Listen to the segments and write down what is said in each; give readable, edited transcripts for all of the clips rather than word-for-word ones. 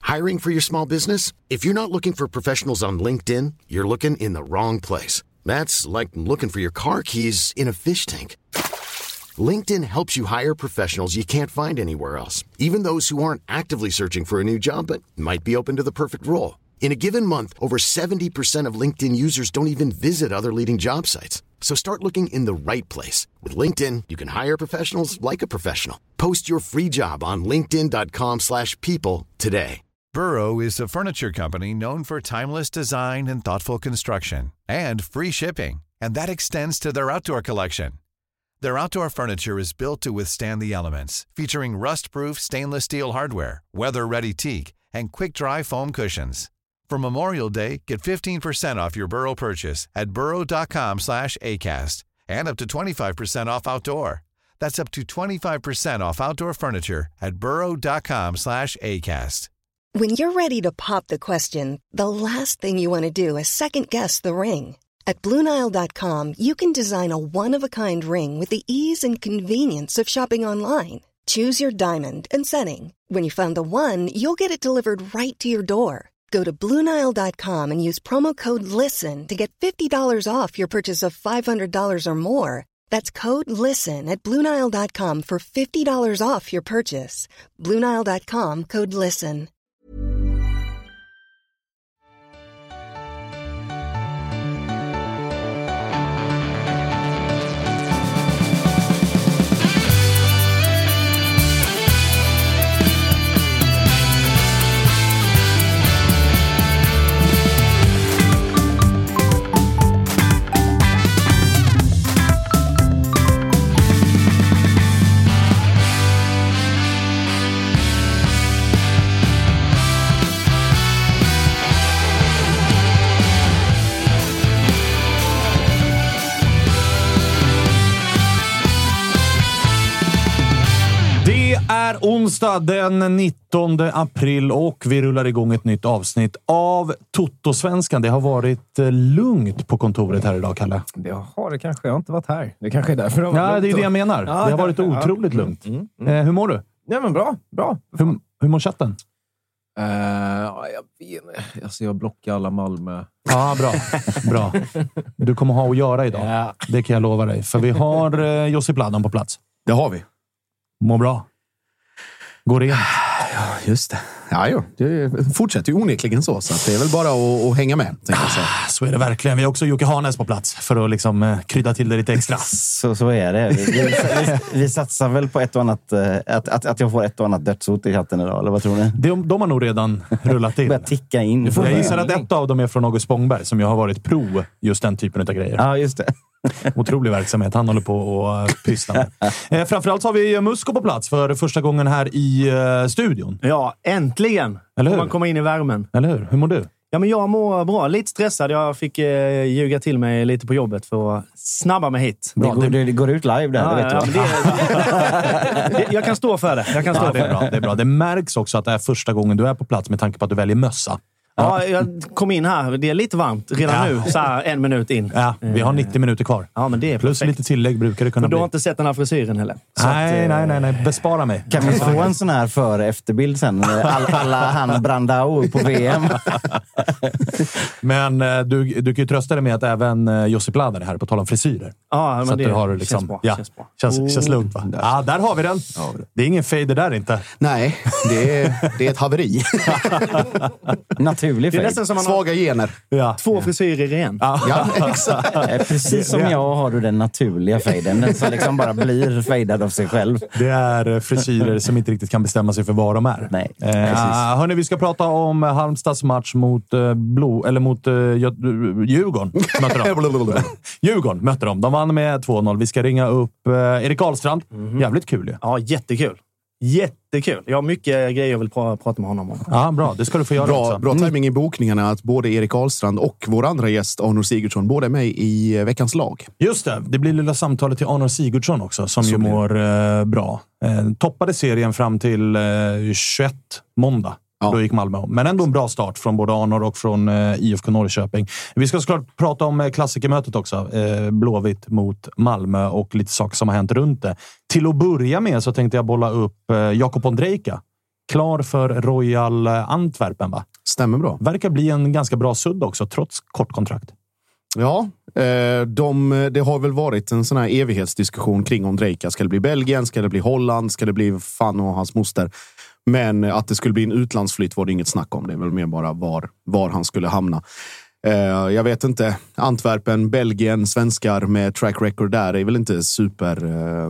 Hiring for your small business? If you're not looking for professionals on LinkedIn, you're looking in the wrong place. That's like looking for your car keys in a fish tank. LinkedIn helps you hire professionals you can't find anywhere else, even those who aren't actively searching for a new job but might be open to the perfect role. In a given month, over 70% of LinkedIn users don't even visit other leading job sites. So start looking in the right place. With LinkedIn, you can hire professionals like a professional. Post your free job on linkedin.com/people today. Burrow is a furniture company known for timeless design and thoughtful construction, and free shipping. And that extends to their outdoor collection. Their outdoor furniture is built to withstand the elements, featuring rust-proof stainless steel hardware, weather-ready teak, and quick-dry foam cushions. For Memorial Day, get 15% off your Burrow purchase at burrow.com/acast and up to 25% off outdoor. That's up to 25% off outdoor furniture at burrow.com/acast. When you're ready to pop the question, the last thing you want to do is second-guess the ring. At BlueNile.com, you can design a one-of-a-kind ring with the ease and convenience of shopping online. Choose your diamond and setting. When you find the one, you'll get it delivered right to your door. Go to BlueNile.com and use promo code LISTEN to get $50 off your purchase of $500 or more. That's code LISTEN at BlueNile.com for $50 off your purchase. BlueNile.com, code LISTEN. Är onsdag den 19 april och vi rullar igång ett nytt avsnitt av Toto-svenskan. Det har varit lugnt på kontoret här idag, Kalle. Det har det kanske. Jag har inte varit här. Det kanske är därför de Ja, det är det jag menar. Ja, det har varit otroligt lugnt. Hur mår du? Ja, men bra. Hur mår chatten? Jag blockar alla Malmö. Ja, bra. Du kommer ha att göra idag. Ja. Det kan jag lova dig. För vi har Josip Ladan på plats. Det har vi. Mår bra. Går rent. Ja, just det. Ja, det fortsätter ju onekligen så att det är väl bara att hänga med. Så är det verkligen. Vi har också Jocke Hanes på plats för att liksom krydda till det lite extra. Så är det. Vi satsar väl på ett och annat att jag får ett och annat dödshot i chatten idag, eller vad tror ni? De har nog redan rullat in. Börjar ticka in. Jag gissar att ett av dem är från August Spångberg som jag har varit pro just den typen av grejer. Ja, just det. Otrolig verksamhet. Han håller på att pyssla med. Framförallt så har vi Musko på plats för första gången här i studion. Ja, äntligen! Eller hur? Man kommer in i värmen. Eller hur? Hur mår du? Ja, men jag mår bra. Lite stressad. Jag fick ljuga till mig lite på jobbet för att snabba mig hit. Det går ut live där, det vet du. Jag kan stå för det. Det är bra. Det märks också att det är första gången du är på plats med tanke på att du väljer mössa. Ja, jag kom in här. Det är lite varmt redan nu, så här 1 minut in. Ja, vi har 90 minuter kvar. Ja, men det är plus perfekt. Lite tillägg brukar det kunna bli. Du har inte sett den här frisyren heller? Nej. Bespara mig. Kan vi få en sån här före-efterbild sen? Alla han Brandao på VM. Men du kan ju trösta dig med att även Josip Ladan är här på tal om frisyrer. Ja, men så det du har liksom, känns bra. Känns lugnt, va? Ja, där har vi den. Ja. Det är ingen fader där inte. Nej, det är ett haveri. Naturlig fade. Det är nästan som man svaga gener. Ja. 2 frisyrer igen. Ja, exakt. Precis som jag har du den naturliga faden. Den som liksom bara blir fadad av sig själv. Det är frisyrer som inte riktigt kan bestämma sig för vad de är. Nej, hörni, vi ska prata om Halmstads match mot Djurgården. Djurgården mötte de. De vann med 2-0. Vi ska ringa upp Erik Ahlstrand. Jävligt kul. Ja, jättekul. Jättekul. Jag har mycket grejer jag vill prata med honom om. Ja, bra. Det ska du få göra också. Bra timing i bokningarna att både Erik Ahlstrand och vår andra gäst Arnor Sigurdsson båda är med i veckans lag. Just det. Det blir lilla samtalet till Arnor Sigurdsson också som ju mår bra. Toppade serien fram till 21 måndag. Ja. Då gick Malmö om. Men ändå en bra start från både Arnor och från IFK Norrköping. Vi ska såklart prata om klassikermötet också. Blåvitt mot Malmö och lite saker som har hänt runt det. Till att börja med så tänkte jag bolla upp Jakob Ondrejka. klar för Royal Antwerpen, va? Stämmer bra. Verkar bli en ganska bra sudd också, trots kort kontrakt. Ja, det har väl varit en sån här evighetsdiskussion kring Ondrejka. Ska det bli Belgien? Ska det bli Holland? Ska det bli fan och hans moster? Men att det skulle bli en utlandsflytt var det inget snack om. Det är väl mer bara var han skulle hamna. Jag vet inte. Antwerpen, Belgien, svenskar med track record där är väl inte super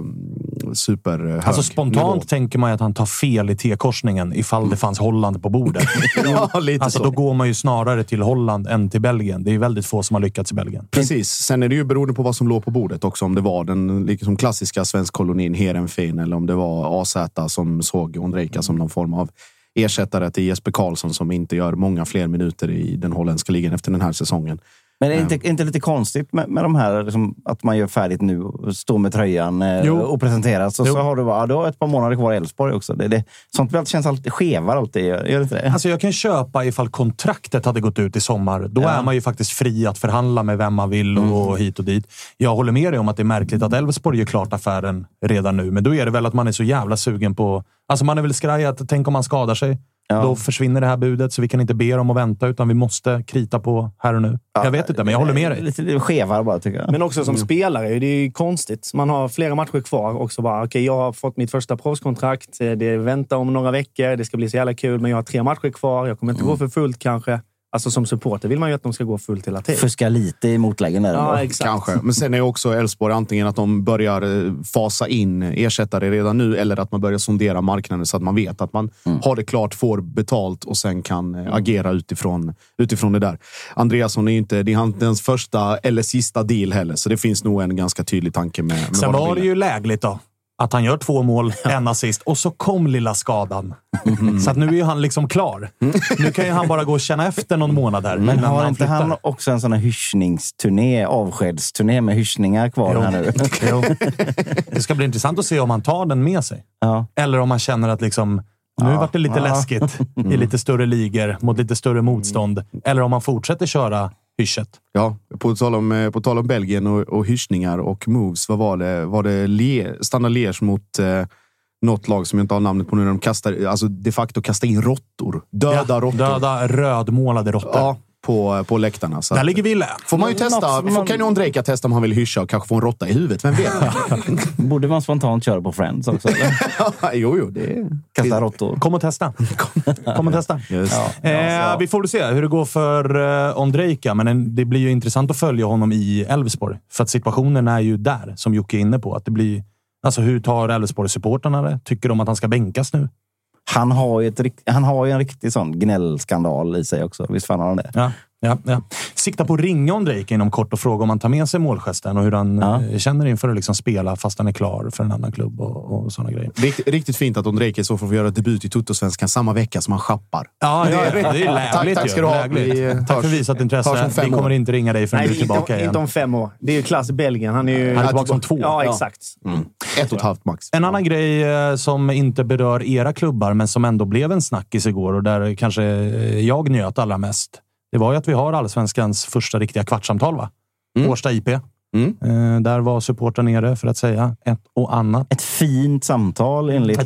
hög. Alltså spontant nivå. Tänker man att han tar fel i T-korsningen ifall det fanns Holland på bordet. Ja, lite alltså så. Då går man ju snarare till Holland än till Belgien. Det är väldigt få som har lyckats i Belgien. Precis. Sen är det ju beroende på vad som låg på bordet också. Om det var den liksom klassiska svenskkolonin Heerenveen eller om det var AZ som såg Ondrejka som någon form av ersättare till Jesper Karlsson som inte gör många fler minuter i den holländska ligan efter den här säsongen. Men är det inte lite konstigt med de här, liksom, att man gör färdigt nu och står med tröjan och presenteras och så har du ett par månader kvar i Elfsborg också. Sånt känns alltid skevare alltid, gör det inte det? Alltså jag kan köpa ifall kontraktet hade gått ut i sommar. Då är man ju faktiskt fri att förhandla med vem man vill och hit och dit. Jag håller med dig om att det är märkligt att Elfsborg gör klart affären redan nu. Men då är det väl att man är så jävla sugen på... Alltså man är väl skraj att tänk om man skadar sig. Ja. Då försvinner det här budet så vi kan inte be dem att vänta utan vi måste krita på här och nu. Ja, jag vet inte, men jag håller med dig. Lite skevare bara tycker jag. Men också som spelare, det är ju konstigt. Man har flera matcher kvar också bara, okej, jag har fått mitt första proffskontrakt. Det väntar om några veckor, det ska bli så jävla kul, men jag har 3 matcher kvar. Jag kommer inte gå för fullt kanske. Alltså som supporter vill man ju att de ska gå fullt hela tiden. Fuska lite i motläggen där. Ja, exakt. Kanske. Men sen är också Elfsborg antingen att de börjar fasa in ersättare redan nu eller att man börjar sondera marknaden så att man vet att man har det klart, får betalt och sen kan agera utifrån det där. Andreasson är inte hans första eller sista deal heller, så det finns nog en ganska tydlig tanke med sen var det ju lägligt då. Att han gör 2 mål, en assist. Och så kom lilla skadan. Så att nu är ju han liksom klar. Nu kan ju han bara gå och känna efter någon månad här. Men har inte han också en sån här hyschningsturné, avskedsturné med hyschningar kvar här nu? Jo. Det ska bli intressant att se om han tar den med sig. Ja. Eller om han känner att liksom... Nu vart det lite läskigt i lite större ligor mot lite större motstånd. Eller om han fortsätter köra hyschet. Ja, på tal om Belgien och hyschningar och moves, vad var det Standard Liège mot något lag som jag inte har namnet på nu, när de kastar, alltså de facto kastar in råttor. Döda råttor. Döda rödmålade råttor. Ja, på läktarna. Så där ligger vi lä. Får man ju testa. Kan ju Ondrejka testa om han vill hyscha och kanske få en råtta i huvudet. Vem vet? Borde man spontant köra på Friends också? jo, det är... Kasta råttor. Kom och testa. Vi får se hur det går för Ondrejka. Men det blir ju intressant att följa honom i Elfsborg. För att situationen är ju där, som Jocke är inne på. Att det blir... Alltså hur tar Elfsborg-supportarna det? Tycker de att han ska bänkas nu? Han har ju en riktig sån gnällskandal i sig också. Visst fan har han det? Ja. Sikta på att ringa Ondrejka inom kort och fråga om han tar med sig målgesten och hur han känner inför att liksom spela fast han är klar för en annan klubb och sådana grejer. Riktigt fint att Ondrejka så får göra debut i Tuttosvenskan samma vecka som han schappar. Ja, det är lägligt. Tack ska du ha. Tack för visat intresse. Vi kommer inte ringa dig förrän du är tillbaka igen. Inte om 5 år. Det är ju klass i Belgien. Han är tillbaka om 2. Ja, exakt. 1,5 max. En annan grej som inte berör era klubbar men som ändå blev en snackis igår och där kanske jag njöt allra mest. Det var ju att vi har Allsvenskans första riktiga kvartssamtal, va? Årsta IP. Där var supporten nere för att säga ett och annat. Ett fint samtal enligt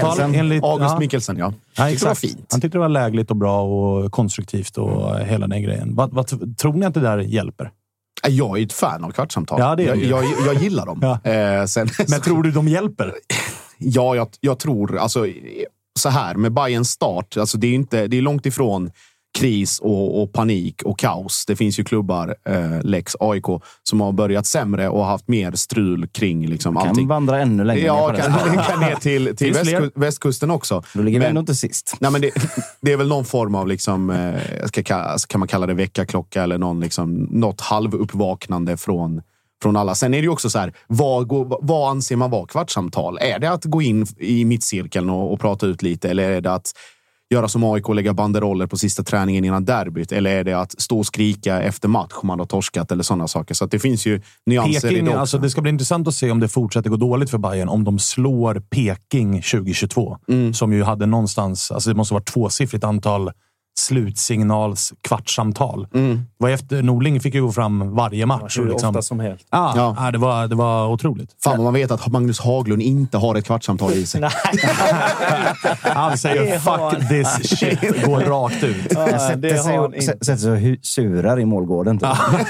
August Mikkelsen, ja. Exakt. Det var fint. Han tyckte det var lägligt och bra och konstruktivt och hela den grejen. Vad tror ni att det där hjälper? Jag är ett fan av kvartssamtal. Ja, det är jag gillar dem. Ja. Men tror du de hjälper? Ja, jag tror... Alltså, så här, med Bayerns start, alltså det är långt ifrån kris och panik och kaos. Det finns ju klubbar, Lex AIK, som har börjat sämre och haft mer strul kring liksom allting. Kan vandra ännu längre. Ja, kan ner till västkusten också. Då ligger vi ändå inte sist. Nej, men det är väl någon form av liksom, kan man kalla det väckarklocka eller något halvuppvaknande från alla. Sen är det ju också så här, vad anser man vara kvartssamtal? Är det att gå in i mittcirkeln och prata ut lite, eller är det att göra som AIK och lägga banderoller på sista träningen innan derbyt, eller är det att stå och skrika efter match om man har torskat eller sådana saker? Så att det finns ju nyanser i det också. Alltså det ska bli intressant att se om det fortsätter gå dåligt för Bayern, om de slår Peking 2022 som ju hade någonstans, alltså det måste vara 2-siffrigt antal slutsignals kvartssamtal. Var efter Norling fick ju gå fram varje match. Hur liksom, ofta som helst. Det var otroligt. Fan vad man vet att Magnus Haglund inte har ett kvartssamtal i sig. Han säger fuck this shit. Går rakt ut. Sätter sig och surar i målgården.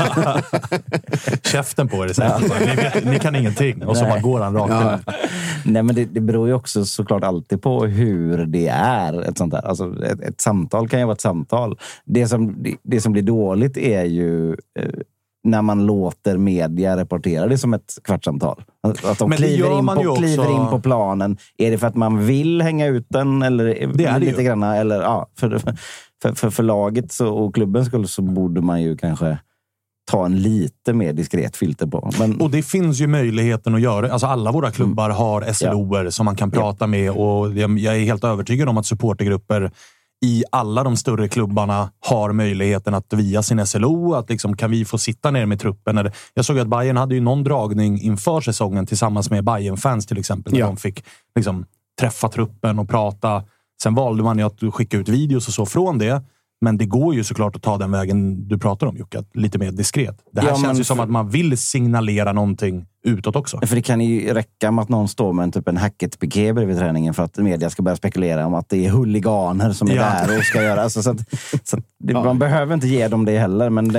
Käften på er säkert. Ni kan ingenting. Och så bara går han rakt ut. Nej, men det beror ju också såklart alltid på hur det är. Ett sånt där. Alltså, ett samtal kan ju vara ett samtal. Det som blir dåligt är ju när man låter media rapportera det som ett kvartssamtal. Att de kliver in på planen. Är det för att man vill hänga ut den? Eller det är lite det grann, eller för laget och klubben skull så borde man ju kanske ta en lite mer diskret filter på. Och det finns ju möjligheten att göra. Alltså alla våra klubbar har SLO:er som man kan prata med. Och jag är helt övertygad om att supportergrupper i alla de större klubbarna har möjligheten att via sin SLO, att liksom, kan vi få sitta ner med truppen? Jag såg att Bayern hade ju någon dragning inför säsongen tillsammans med Bayern-fans till exempel. Där de fick liksom träffa truppen och prata. Sen valde man ju att skicka ut videos och så från det. Men det går ju såklart att ta den vägen du pratar om, Jocke. Lite mer diskret. Det här känns ju som att man vill signalera någonting utåt också. För det kan ju räcka med att någon står med en Hackett-piké bredvid träningen för att media ska börja spekulera om att det är huliganer som är där och ska göra. Alltså, man behöver inte ge dem det heller. Men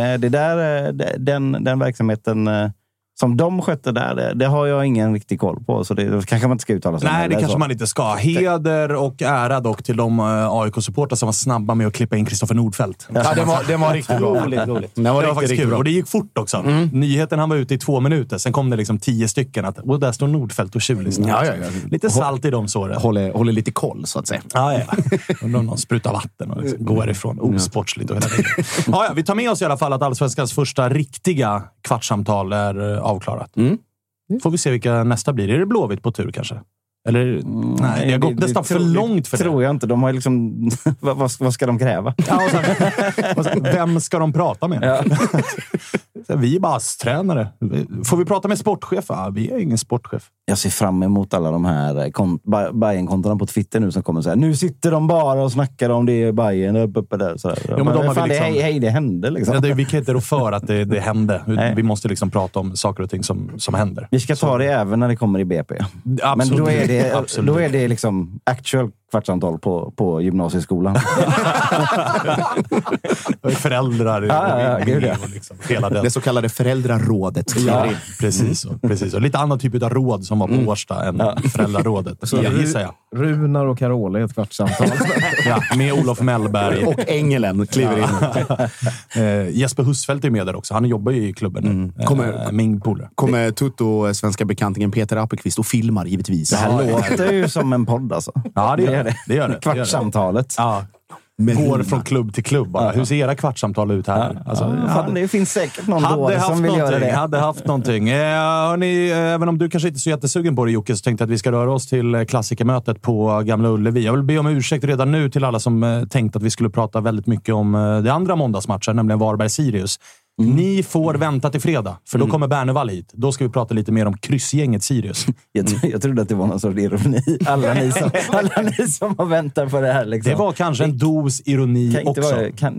den verksamheten som de skötte där, det har jag ingen riktig koll på. Så det kanske man inte ska uttala sig om. Nej, det kanske man inte ska. Heder och ära dock till de AIK-supportrar som var snabba med att klippa in Kristoffer Nordfeldt. Ja, det var riktigt roligt. Det var faktiskt kul. Och det gick fort också. Nyheten han var ute i 2 minuter. Sen kom det liksom 10 stycken. Och där står Nordfeldt och tjulisar. Ja. Lite salt i de såren. Håller lite koll, så att säga. Ja. Undrar om någon sprutar vatten och liksom går ifrån. Osportsligt och hela tiden. Ja, vi tar med oss i alla fall att Allsvenskans första riktiga kvartssamtal är avklarat. Får vi se vilka nästa blir. Är det Blåvitt på tur kanske? Eller nej, det har gått nästan för långt för det. Tror jag inte. De har liksom vad ska de kräva? Ja, och sen, vem ska de prata med? Ja. Vi är bara tränare. Får vi prata med sportchef? Ja, vi är ingen sportchef. Jag ser fram emot alla de här Bayern-kontona på Twitter nu som kommer så här. Nu sitter de bara och snackar om det Bayern uppe där. Så här. Ja, men de har liksom, hej, det hände liksom. Ja, vi kan inte rå för att det hände. Vi måste liksom prata om saker och ting som händer. Vi ska ta det även när det kommer i BP. Absolut. Men då är det liksom actual kvartsamtal på gymnasieskolan. Föräldrar liksom, hela den. Det så kallade föräldrarådet. Precis. Och lite annan typ av råd som var på Årsta än föräldrarådet. Så gissar jag. Runar och Carola är ett kvartsamtal. Med Olof Mellberg. Och Engelen kliver in. Jesper Husfeldt är med där också. Han jobbar ju i klubben nu. Min polare. Kommer Tutto, svenska bekantingen Peter Appelqvist och filmar givetvis. Det här låter ju som en podd alltså. Ja, det gör det. Kvartsamtalet. Ja. Går från klubb till klubb. Bara. Hur ser era kvartsamtal ut här? Det finns säkert någon dåre som vill göra det. Hade haft någonting. Hörrni, även om du kanske inte är så jättesugen på det, Jocke, så tänkte jag att vi ska röra oss till klassikermötet på Gamla Ullevi. Jag vill be om ursäkt redan nu till alla som tänkte att vi skulle prata väldigt mycket om det andra måndagsmatchen, nämligen Varberg-Sirius. Ni får vänta till fredag, för då kommer Bernevall hit. Då ska vi prata lite mer om kryssgänget Sirius. Jag trodde att det var någon sorts ironi. Alla ni som har väntat på det här. Liksom. Det var kanske en dos ironi också.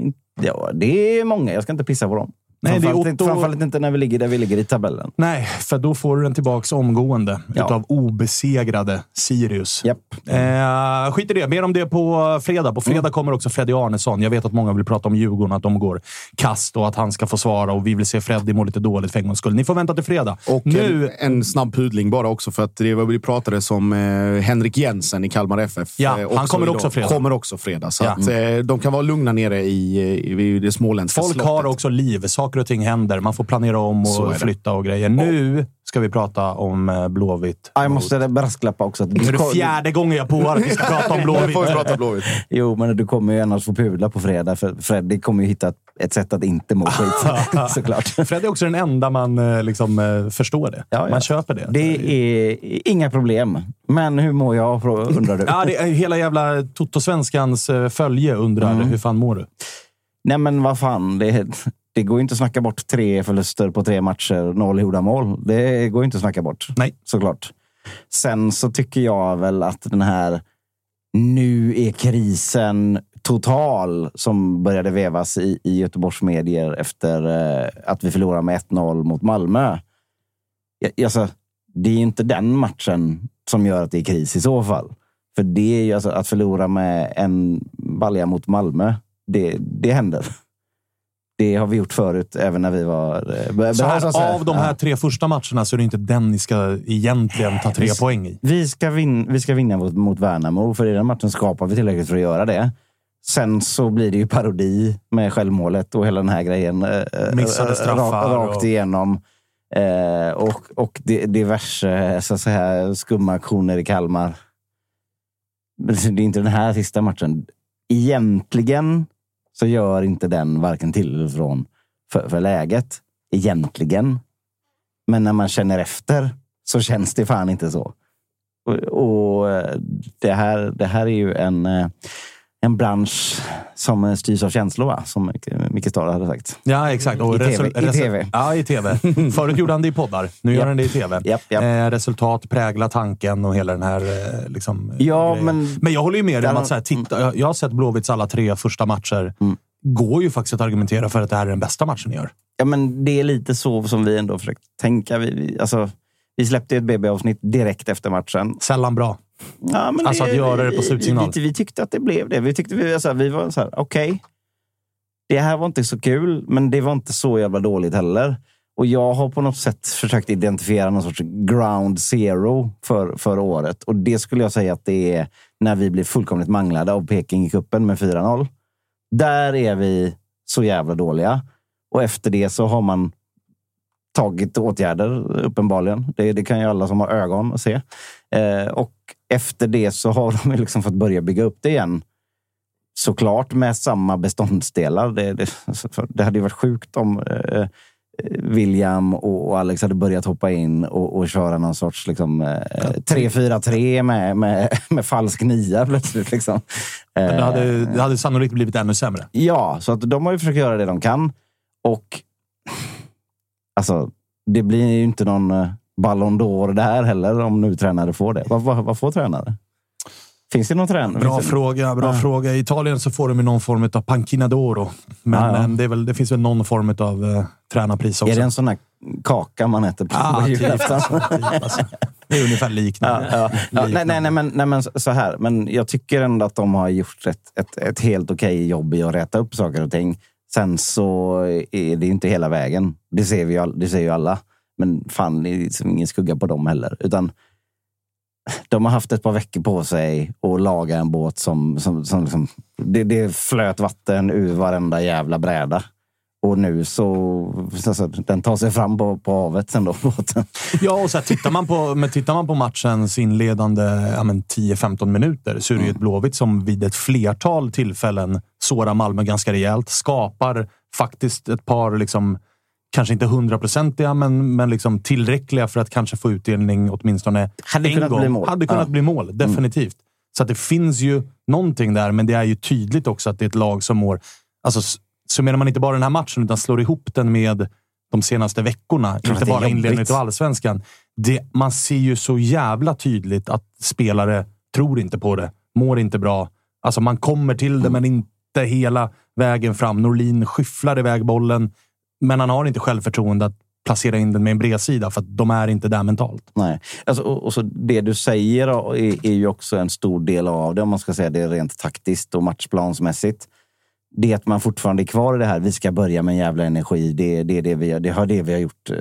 Det är många. Jag ska inte pissa på dem. Nej, framförallt inte när vi ligger där vi ligger i tabellen. Nej, för då får du den tillbaks omgående utav obesegrade Sirius. Yep. Skit i det. Mer om det på fredag. På fredag kommer också Freddy Arnesson. Jag vet att många vill prata om Djurgården, att de går kast och att han ska få svara. Och vi vill se Freddy må lite dåligt för en gångs skull. Ni får vänta till fredag. Och nu en snabb pudling bara också, för att det var vi pratade som Henrik Jensen i Kalmar FF. Ja, han kommer också fredag. Så att de kan vara lugna nere i det småländska slottet. Folk har också liv. Saker och ting händer. Man får planera om och flytta och grejer. Nu ska vi prata om Blåvitt. Jag måste brasklappa också. Det är det 4:e gången jag på att vi ska prata om Blåvitt. får vi prata om Blåvitt. Jo, men du kommer ju annars få pudla på fredag. För Freddy kommer ju hitta ett sätt att inte må skit. Såklart. Freddy är också den enda man liksom förstår det. Ja. Man köper det. Det är inga problem. Men hur mår jag, undrar du? Ja, det är hela jävla Toto-svenskans följe undrar. Hur fan mår du? Nej, men vad fan. Det går inte att snacka bort 3 förluster på 3 matcher, 0 gjorda mål. Det går inte att snacka bort. Nej. Såklart. Sen så tycker jag väl att den här nu är krisen total som började vävas i Göteborgs medier efter att vi förlorade med 1-0 mot Malmö. Alltså, det är ju inte den matchen som gör att det är kris i så fall. För det är ju alltså att förlora med en balja mot Malmö. Det händer. Det har vi gjort förut, även när vi var... Så här, av de här 3 första matcherna så är det inte den ni ska egentligen ta 3 poäng i. Vi ska vinna mot Värnamo, för i den matchen skapar vi tillräckligt för att göra det. Sen så blir det ju parodi med självmålet och hela den här grejen. Missade straffar. Rakt igenom. Och diverse så att säga, skumma aktioner i Kalmar. Det är inte den här sista matchen. Egentligen så gör inte den varken till eller från för läget. Egentligen. Men när man känner efter så känns det fan inte så. Och det här är ju en bransch som styrs av känslor, va? Som Micke Stara hade sagt. Ja, exakt. Och I TV. Ja, i TV. Förut gjorde han det i poddar. Nu gör han det i TV. Resultat präglar tanken och hela den här liksom... Ja, men jag håller ju med om att så här, titta, jag har sett Blåvitts alla 3 första matcher. Går ju faktiskt att argumentera för att det här är den bästa matchen ni gör. Ja, men det är lite så som vi ändå försökt tänka. Vi släppte ett BB-avsnitt direkt efter matchen. Sällan bra. Ja, men alltså att göra det på slutsignal. Vi tyckte att det blev det. Vi var så här, okej. Det här var inte så kul, men det var inte så jävla dåligt heller. Och jag har på något sätt försökt identifiera någon sorts ground zero för året. Och det skulle jag säga att det är när vi blir fullkomligt manglade av Peking i kuppen med 4-0. Där är vi så jävla dåliga. Och efter det så har man tagit åtgärder, uppenbarligen. Det kan ju alla som har ögon se. Och efter det så har de liksom fått börja bygga upp det igen. Såklart med samma beståndsdelar. Det hade ju varit sjukt om William och Alex hade börjat hoppa in och köra någon sorts liksom, 3-4-3 med falsk 9 plötsligt. Liksom. Det hade sannolikt blivit ännu sämre. Ja, så att de har ju försökt göra det de kan. Och alltså, det blir ju inte någon Ballon d'Or där heller om nu tränare får det. Vad får tränare? Finns det någon tränare? Bra fråga. I Italien så får de någon form av Panchina d'Oro. Men det finns väl någon form av tränarpris också. Är det en sån här kaka man äter på julafton? Alltså, det är ungefär liknande. Nej, men så här. Men jag tycker ändå att de har gjort ett helt okej jobb i att rätta upp saker och ting. Sen så är det inte hela vägen. Det ser ju alla. Men fan, det är liksom ingen skugga på dem heller. Utan de har haft ett par veckor på sig att laga en båt som liksom, det flöt vatten ur varenda jävla bräda. Och nu så den tar sig fram på havet sen då, båten. Ja, och så här, tittar man på matchens inledande 10-15 minuter så är det ju ett Blåvitt som vid ett flertal tillfällen sårar Malmö ganska rejält. Skapar faktiskt ett par liksom, kanske inte 100-procentiga, men liksom tillräckliga för att kanske få utdelning åtminstone hade kunnat bli mål, definitivt. Så att det finns ju någonting där, men det är ju tydligt också att det är ett lag som mår... Alltså, summerar man inte bara den här matchen utan slår ihop den med de senaste veckorna, inte bara inledningen av Allsvenskan. Man ser ju så jävla tydligt att spelare tror inte på det, mår inte bra. Alltså man kommer till det men inte hela vägen fram. Norlin skyfflar iväg bollen, men han har inte självförtroende att placera in den med en bredsida för att de är inte där mentalt. Nej, alltså, och så det du säger då, är ju också en stor del av det, om man ska säga det rent taktiskt och matchplansmässigt. Det att man fortfarande är kvar i det här, vi ska börja med en jävla energi, det är det vi har gjort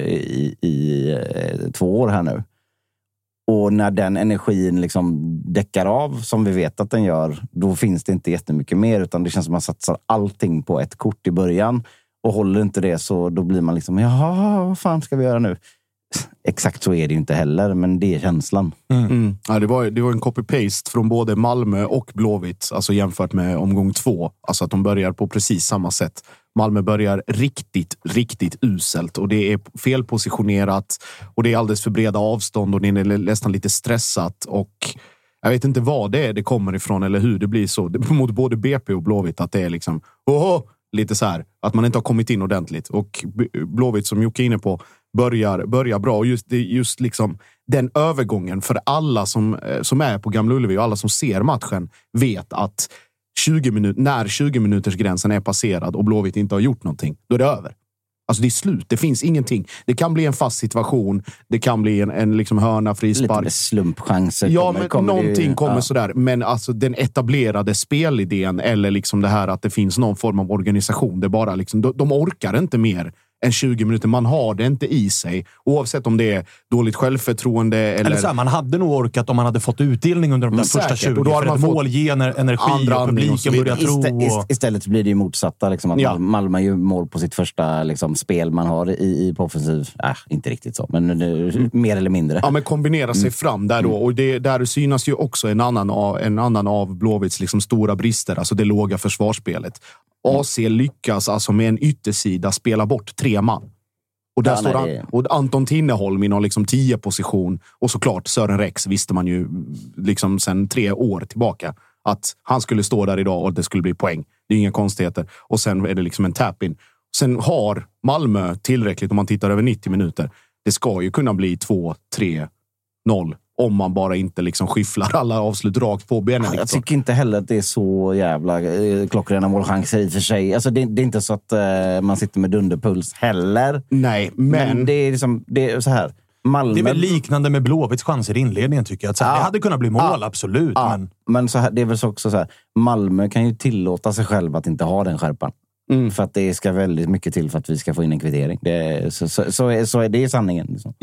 i 2 år här nu. Och när den energin liksom däckar av, som vi vet att den gör, då finns det inte jättemycket mer, utan det känns som att man satsar allting på ett kort i början. Och håller inte det så då blir man liksom, jaha, vad fan ska vi göra nu? Exakt så är det ju inte heller, men det är känslan. Ja, det var en copy-paste från både Malmö och Blåvitt, alltså jämfört med omgång 2. Alltså att de börjar på precis samma sätt. Malmö börjar riktigt, riktigt uselt och det är felpositionerat och det är alldeles för breda avstånd och det är nästan lite stressat och jag vet inte vad det kommer ifrån eller hur det blir så. Mot både BP och Blåvitt att det är liksom, lite så här, att man inte har kommit in ordentligt. Och Blåvitt, som Jocke är inne på, börjar bra. Och just liksom den övergången för alla som är på Gamla Ullevi och alla som ser matchen vet att när 20-minutersgränsen är passerad och Blåvitt inte har gjort någonting, då är det över. Alltså det är slut, det finns ingenting. Det kan bli en fast situation, det kan bli en liksom hörna, frispark. Lite slumpchanser. Ja, men någonting kommer sådär. Men alltså den etablerade spelidén eller liksom det här att det finns någon form av organisation, det är bara liksom, de orkar inte mer än 20 minuter. Man har det inte i sig. Oavsett om det är dåligt självförtroende eller så här, man hade nog orkat om man hade fått utdelning under de där första 20. Och då för ett mål ger energi och publiken börjar tro. Istället blir det ju motsatta. Liksom, att Malmö gör mål på sitt första liksom, spel man har på offensiv. Inte riktigt så, men mer eller mindre. Ja, men kombinera sig fram där då. Och där synas ju också en annan av Blåvitts liksom, stora brister. Alltså det låga försvarsspelet. AC lyckas alltså med en yttersida spela bort 3 man. Och där står och Anton Tinneholm i någon liksom 10-position. Och såklart Sören Rex visste man ju liksom sedan 3 år tillbaka att han skulle stå där idag och det skulle bli poäng. Det är inga konstigheter. Och sen är det liksom en tap-in. Sen har Malmö tillräckligt om man tittar över 90 minuter. Det ska ju kunna bli 2-3-0 om man bara inte liksom skifflar alla avslut rakt på benen. Jag tycker inte heller att det är så jävla klockrena målchanser i och för sig. Alltså det är inte så att man sitter med dunderpuls heller. Nej, men det är liksom, det är så här. Malmö... Det är väl liknande med Blåvitts chanser i inledningen tycker jag. Att det hade kunnat bli mål, absolut. Men så här, det är väl också så här. Malmö kan ju tillåta sig själv att inte ha den skärpan. För att det ska väldigt mycket till för att vi ska få in en kvittering. Så är det sanningen. Liksom.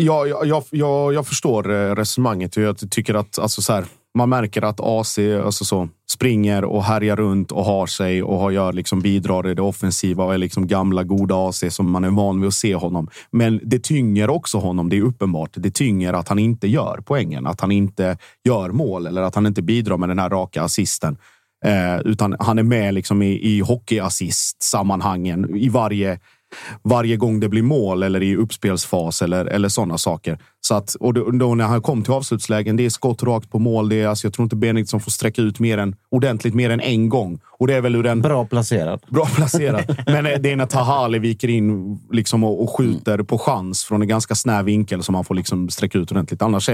Jag förstår resonemanget. Jag tycker att alltså, så här, man märker att AC alltså, så, springer och härjar runt och har sig och gör, liksom, bidrar i det offensiva och är liksom gamla goda AC som man är van vid att se honom. Men det tynger också honom, det är uppenbart. Det tynger att han inte gör poängen, att han inte gör mål eller att han inte bidrar med den här raka assisten. Utan han är med liksom i hockeyassist-sammanhangen i varje gång det blir mål eller i uppspelsfas eller sådana saker. Så att, och då när han kom till avslutslägen, det är skott rakt på mål. Det är, alltså, jag tror inte Benediktsson får sträcka ut ordentligt mer än en gång. Och det är väl ur den... Bra placerad. Men det är när Tahali viker in liksom, och skjuter på chans från en ganska snäv vinkel som man får liksom sträcka ut ordentligt. Annars är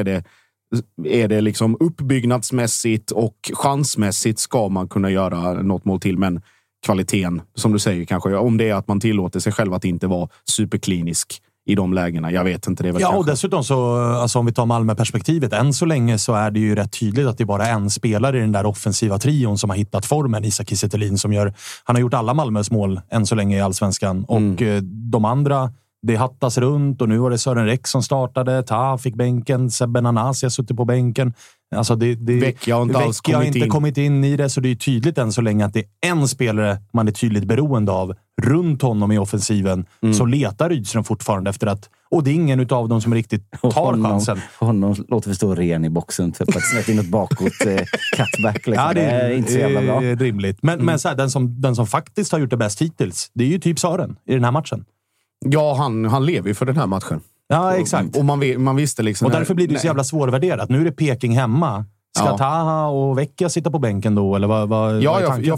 det liksom uppbyggnadsmässigt och chansmässigt ska man kunna göra något mål till, men kvaliteten, som du säger kanske, om det är att man tillåter sig själv att inte vara superklinisk i de lägena, jag vet inte. Det är väl och dessutom så, alltså om vi tar Malmö-perspektivet, än så länge så är det ju rätt tydligt att det är bara en spelare i den där offensiva trion som har hittat formen, Isak Kiese Thelin, han har gjort alla Malmös mål än så länge i Allsvenskan, och de andra, det hattas runt, och nu var det Sören Rex som startade, Ta fick bänken, Sebbe Nanasi har suttit på bänken. Alltså Vecchia har inte kommit in i det, så det är tydligt än så länge att det är en spelare man är tydligt beroende av runt honom i offensiven. Så letar Rydström fortfarande efter att, och det är ingen utav dem som riktigt tar chansen. Honom låter vi stå ren i boxen för att snett in ett bakåt cutback. Liksom. Ja, det är inte så jävla bra. Rimligt. Men så här, den som faktiskt har gjort det bäst hittills, det är ju typ Sören i den här matchen. Ja, han lever ju för den här matchen. Ja, exakt. Och man visste liksom... Och därför blir det så jävla svårvärderat. Nu är det Peking hemma. Ska Taha och Vecchia sitta på bänken då? Eller vad jag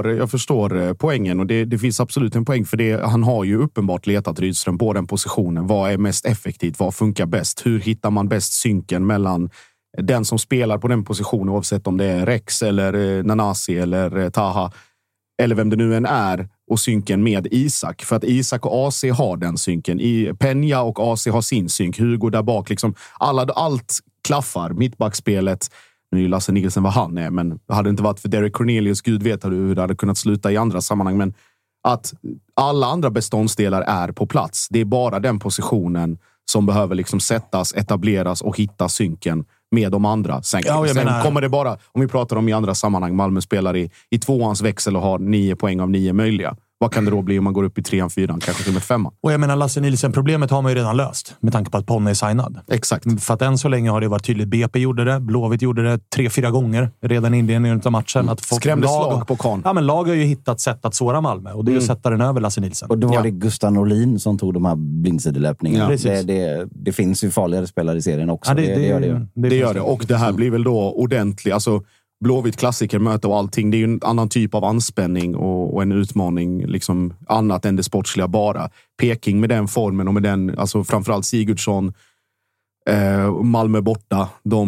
förstår poängen. Och det finns absolut en poäng för det. Han har ju uppenbart letat Rydström på den positionen. Vad är mest effektivt? Vad funkar bäst? Hur hittar man bäst synken mellan den som spelar på den positionen, oavsett om det är Rex eller Nanasi eller Taha eller vem det nu än är, och synken med Isak. För att Isak och AC har den synken. Peña och AC har sin synk. Hugo där bak. Liksom, allt klaffar. Mittbackspelet. Nu är ju Lasse Nielsen vad han är. Men hade det inte varit för Derek Cornelius, gud vet hur det hade kunnat sluta i andra sammanhang. Men att alla andra beståndsdelar är på plats. Det är bara den positionen som behöver liksom sättas, etableras och hitta synken med de andra. Sen kommer det bara, om vi pratar om i andra sammanhang, Malmö spelar i 2:ans växel och har 9 poäng av 9 möjliga. Vad kan det då bli om man går upp i 3:an, 4:an, kanske till och med 5:an? Och jag menar, Lasse Nielsen, problemet har man ju redan löst med tanke på att Ponne är signad. Exakt. För att än så länge har det varit tydligt. BP gjorde det, Blåvitt gjorde det 3-4 gånger redan i inledningen av matchen. Att skrämde slag på Kahn. Ja, men lag har ju hittat sätt att såra Malmö, och det är att sätta den över Lasse Nielsen. Och då var det Gustav Norlin som tog de här blindsidelöpningarna. Ja, det finns ju farligare spelare i serien också. Ja, det gör det ju. Det gör det, och det här blir väl då ordentligt, alltså Blåvitt klassikermöte och allting, det är ju en annan typ av anspänning och en utmaning, liksom annat än det sportsliga bara. Peking med den formen och med den, alltså framförallt Sigurdsson, Malmö borta.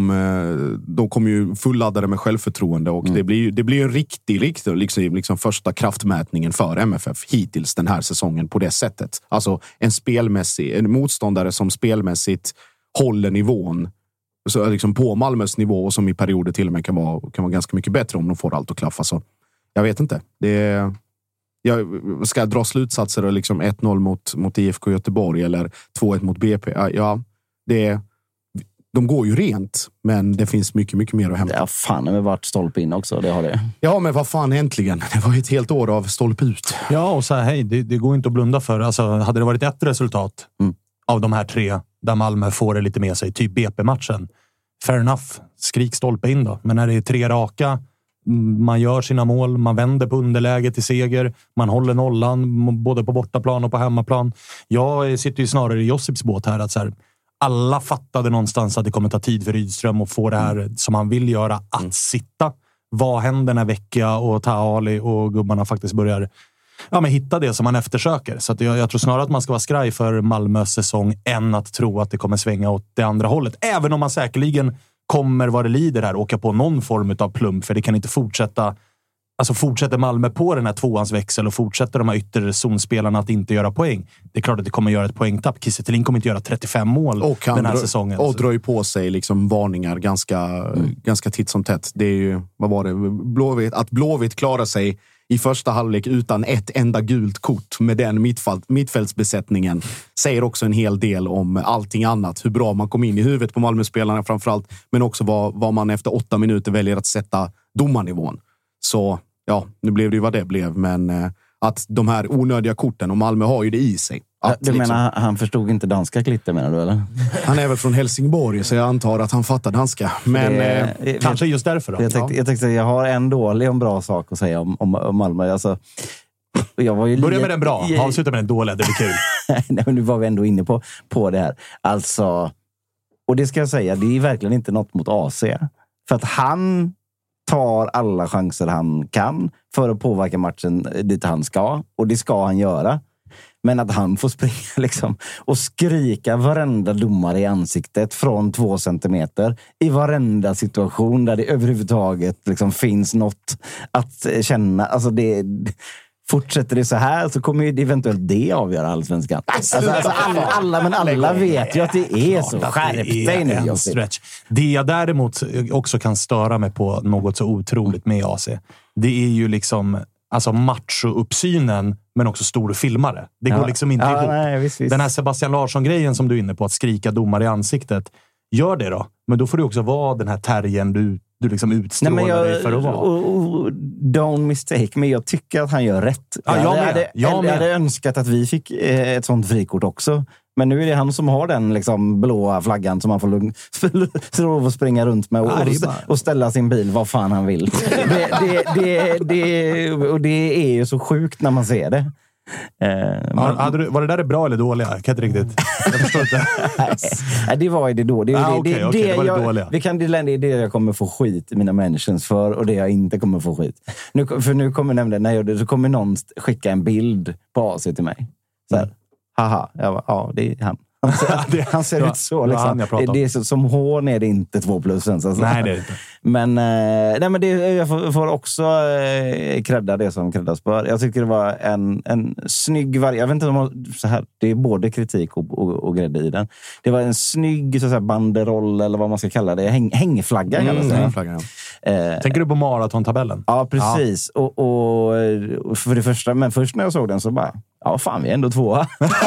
De kommer ju fulladdade med självförtroende och det blir en riktig liksom första kraftmätningen för MFF hittills den här säsongen på det sättet. Alltså en motståndare som spelmässigt håller nivån så liksom på Malmös nivå och som i perioder till och med kan vara ganska mycket bättre om de får allt att klaffa. Så jag vet inte. Jag ska dra slutsatser och liksom 1-0 mot IFK Göteborg eller 2-1 mot BP. Ja, de går ju rent, men det finns mycket, mycket mer att hämta. Ja, fan, har varit stolpe in också, det har det. Ja, men vad fan, äntligen. Det var ju ett helt år av stolpe ut. Ja, och så här, hej, det går inte att blunda för. Alltså, hade det varit ett resultat av de här 3 där Malmö får det lite med sig, typ BP-matchen, fair enough, skrik stolpe in då. Men när det är 3 raka, man gör sina mål, man vänder på underläget till seger, man håller nollan både på bortaplan och på hemmaplan. Jag sitter ju snarare i Josips båt här, att så här, alla fattade någonstans att det kommer ta tid för Rydström att få det här som han vill göra, att sitta. Vad händer när Vecchia och Taali och gubbarna faktiskt börjar hitta det som man eftersöker? Så att jag tror snarare att man ska vara skraj för Malmös säsong än att tro att det kommer svänga åt det andra hållet. Även om man säkerligen kommer vad det lider här åka på någon form av plump, för det kan inte fortsätta. Alltså fortsätter Malmö på den här 2ans växel och fortsätter de här ytterzonspelarna att inte göra poäng. Det är klart att det kommer göra ett poängtapp. Kiese Thelin kommer inte göra 35 mål den här säsongen. Och drar ju på sig liksom varningar ganska titt som tätt. Det är ju, vad var det? Att Blåvitt klarar sig i första halvlek utan ett enda gult kort med den mittfältsbesättningen säger också en hel del om allting annat. Hur bra man kom in i huvudet på Malmö-spelarna framförallt, men också vad man efter 8 minuter väljer att sätta domarnivån. Så ja, nu blev det ju vad det blev, men att de här onödiga korten, och Malmö har ju det i sig. Du menar han förstod inte danska klitter, menar du, eller? Han är väl från Helsingborg, så jag antar att han fattar danska. Men kanske just därför då. Jag tänkte jag har en dålig och en bra sak att säga om Malmö. Alltså, börja med den bra, avsluta med den dåliga, det blir kul. Nej, men nu var vi ändå inne på det här. Alltså, och det ska jag säga, det är verkligen inte något mot AC. För att han tar alla chanser han kan för att påverka matchen dit han ska. Och det ska han göra. Men att han får springa liksom och skrika varenda domare i ansiktet från 2 centimeter i varenda situation där det överhuvudtaget liksom finns något att känna. Alltså fortsätter det så här så kommer ju eventuellt det avgöra allsvenskan. Alla vet ju att det är så. Skärp dig nu. Det jag däremot också kan störa mig på något så otroligt med AC, det är ju liksom alltså macho-uppsynen, men också stor filmare. Det går liksom inte ihop. Nej, visst. Den här Sebastian Larsson-grejen som du är inne på, att skrika domare i ansiktet, gör det då. Men då får du också vara den här terriern du liksom utstrålar dig för att vara. Don't mistake, men jag tycker att han gör rätt. Jag hade önskat att vi fick ett sånt frikort också. Men nu är det han som har den liksom blåa flaggan som man får lov att springa runt med och ställa sin bil vad fan han vill. Det är ju så sjukt när man ser det. Var det där bra eller dåliga? Jag kan inte riktigt. Jag förstår inte. Nej, det var ju det då. Det var det dåliga. Det är det jag kommer få skit i mina mentions för, och det jag inte kommer få skit. Nu kommer nämligen, så kommer någon skicka en bild på AC till mig. Så här. Haha, det är han. Han ser ut så. Liksom. Det är så, som hån är det inte 2+. Alltså. Nej, det är inte. Men, jag får också credda det som creddas bör. Jag tycker det var en snygg variant. Jag vet inte om så här, det är både kritik och grädde i den. Det var en snygg så här, banderoll eller vad man ska kalla det. Hängflagga. Hängflagga. Tänker du på maratontabellen? Ja, precis. Ja. Och för det första, men först när jag såg den så bara, ja fan, vi är ändå 2.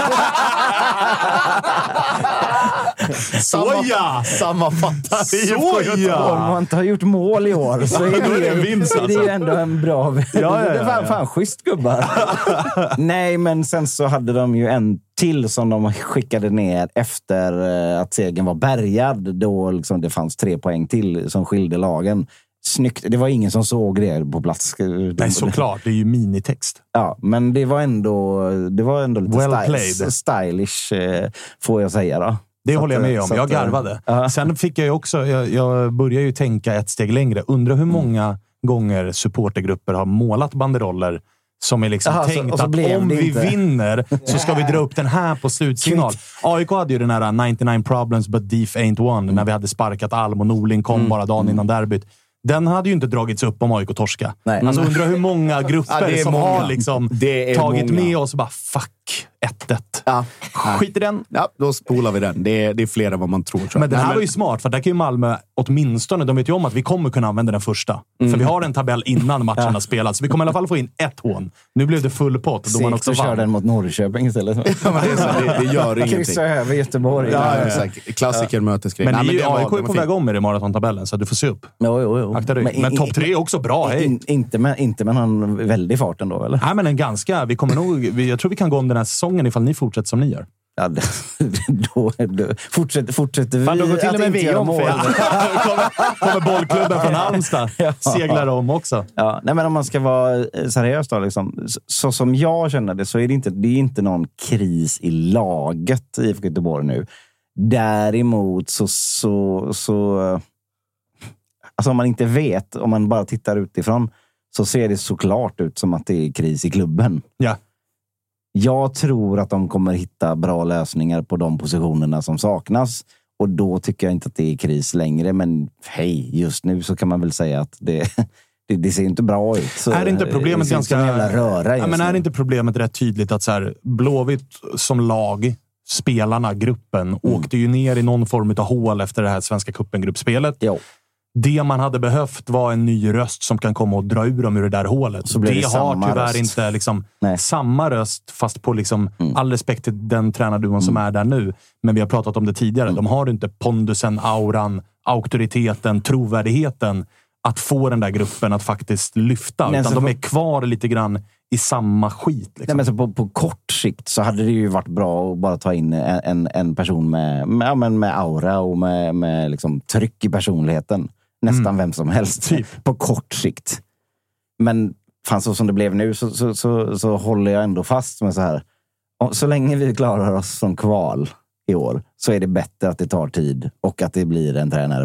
Sammanfattar. Soja! Om man inte har gjort mål i år så är det en vinst. Det är ju ändå en bra... Det var fan schysst, gubbar. Nej, men sen så hade de ju en till som de skickade ner efter att segern var bärgad. Då liksom det fanns 3 poäng till som skilde lagen. Snyggt. Det var ingen som såg det på plats. Nej, såklart. Det är ju minitext. Ja, men det var ändå lite stylish, får jag säga då. Det håller jag med om. Jag garvade. Sen fick jag ju också, jag började ju tänka ett steg längre. Undrar hur många gånger supportergrupper har målat banderoller som är liksom tänkt att om vi vinner så ska vi dra upp den här på slutsignal. AIK hade ju den här 99 problems but Deef ain't one när vi hade sparkat Alm och Norling kom bara dagen innan derbyt. Den hade ju inte dragits upp om AIK torska. Alltså undrar hur många grupper som har liksom tagit med oss och bara fuck 1-1. Ja. Skit i den. Ja, då spolar vi den. Det är fler än vad man tror. Men den här var ju smart, för där kan ju Malmö åtminstone, de vet ju om att vi kommer kunna använda den första. För vi har en tabell innan matchen har spelats. Så vi kommer i alla fall få in ett hån. Nu blev det full pott. Då man också kör den mot Norrköping istället. det gör ingenting. Kryssa över Göteborg. Ja, exakt. Klassiker mötesgrej. Men AIK är på väg om med i maratontabellen, så du får se upp. Jo. Men topp 3 är också bra. Hej. Inte med någon väldig fart ändå, eller? Nej, men en ganska. Vi kommer nog, jag tror vi kan gå om den här säsongen ifall ni fortsätter som ni gör. Ja, då fortsätter vi. Fan, då går till och med vi om. Kommer bollklubben från Halmstad. Seglar om också. Ja, nej, men om man ska vara seriös då, liksom, så som jag känner det, så är det är inte någon kris i laget i IFK Göteborg nu. Däremot så alltså om man inte vet, om man bara tittar utifrån, så ser det såklart ut som att det är kris i klubben. Ja. Jag tror att de kommer hitta bra lösningar på de positionerna som saknas. Och då tycker jag inte att det är kris längre. Men hej, just nu så kan man väl säga att det ser inte bra ut. Så är det inte problemet ganska jävla röra? Men är det inte problemet rätt tydligt att så här, Blåvitt som lag, spelarna, gruppen, åkte ju ner i någon form av hål efter det här Svenska Cupen-gruppspelet. Jo. Det man hade behövt var en ny röst som kan komma och dra ur dem ur det där hålet. Så det har tyvärr inte liksom samma röst, fast på liksom all respekt till den tränarduon som är där nu. Men vi har pratat om det tidigare. De har inte pondusen, auran, auktoriteten, trovärdigheten att få den där gruppen att faktiskt lyfta. Utan de är kvar lite grann i samma skit. Liksom. Nej, men så på kort sikt så hade det ju varit bra att bara ta in en person med aura och med liksom tryck i personligheten. Nästan vem som helst. Typ. På kort sikt. Men fan, så som det blev nu så håller jag ändå fast med så här. Så länge vi klarar oss som kval i år så är det bättre att det tar tid och att det blir en tränare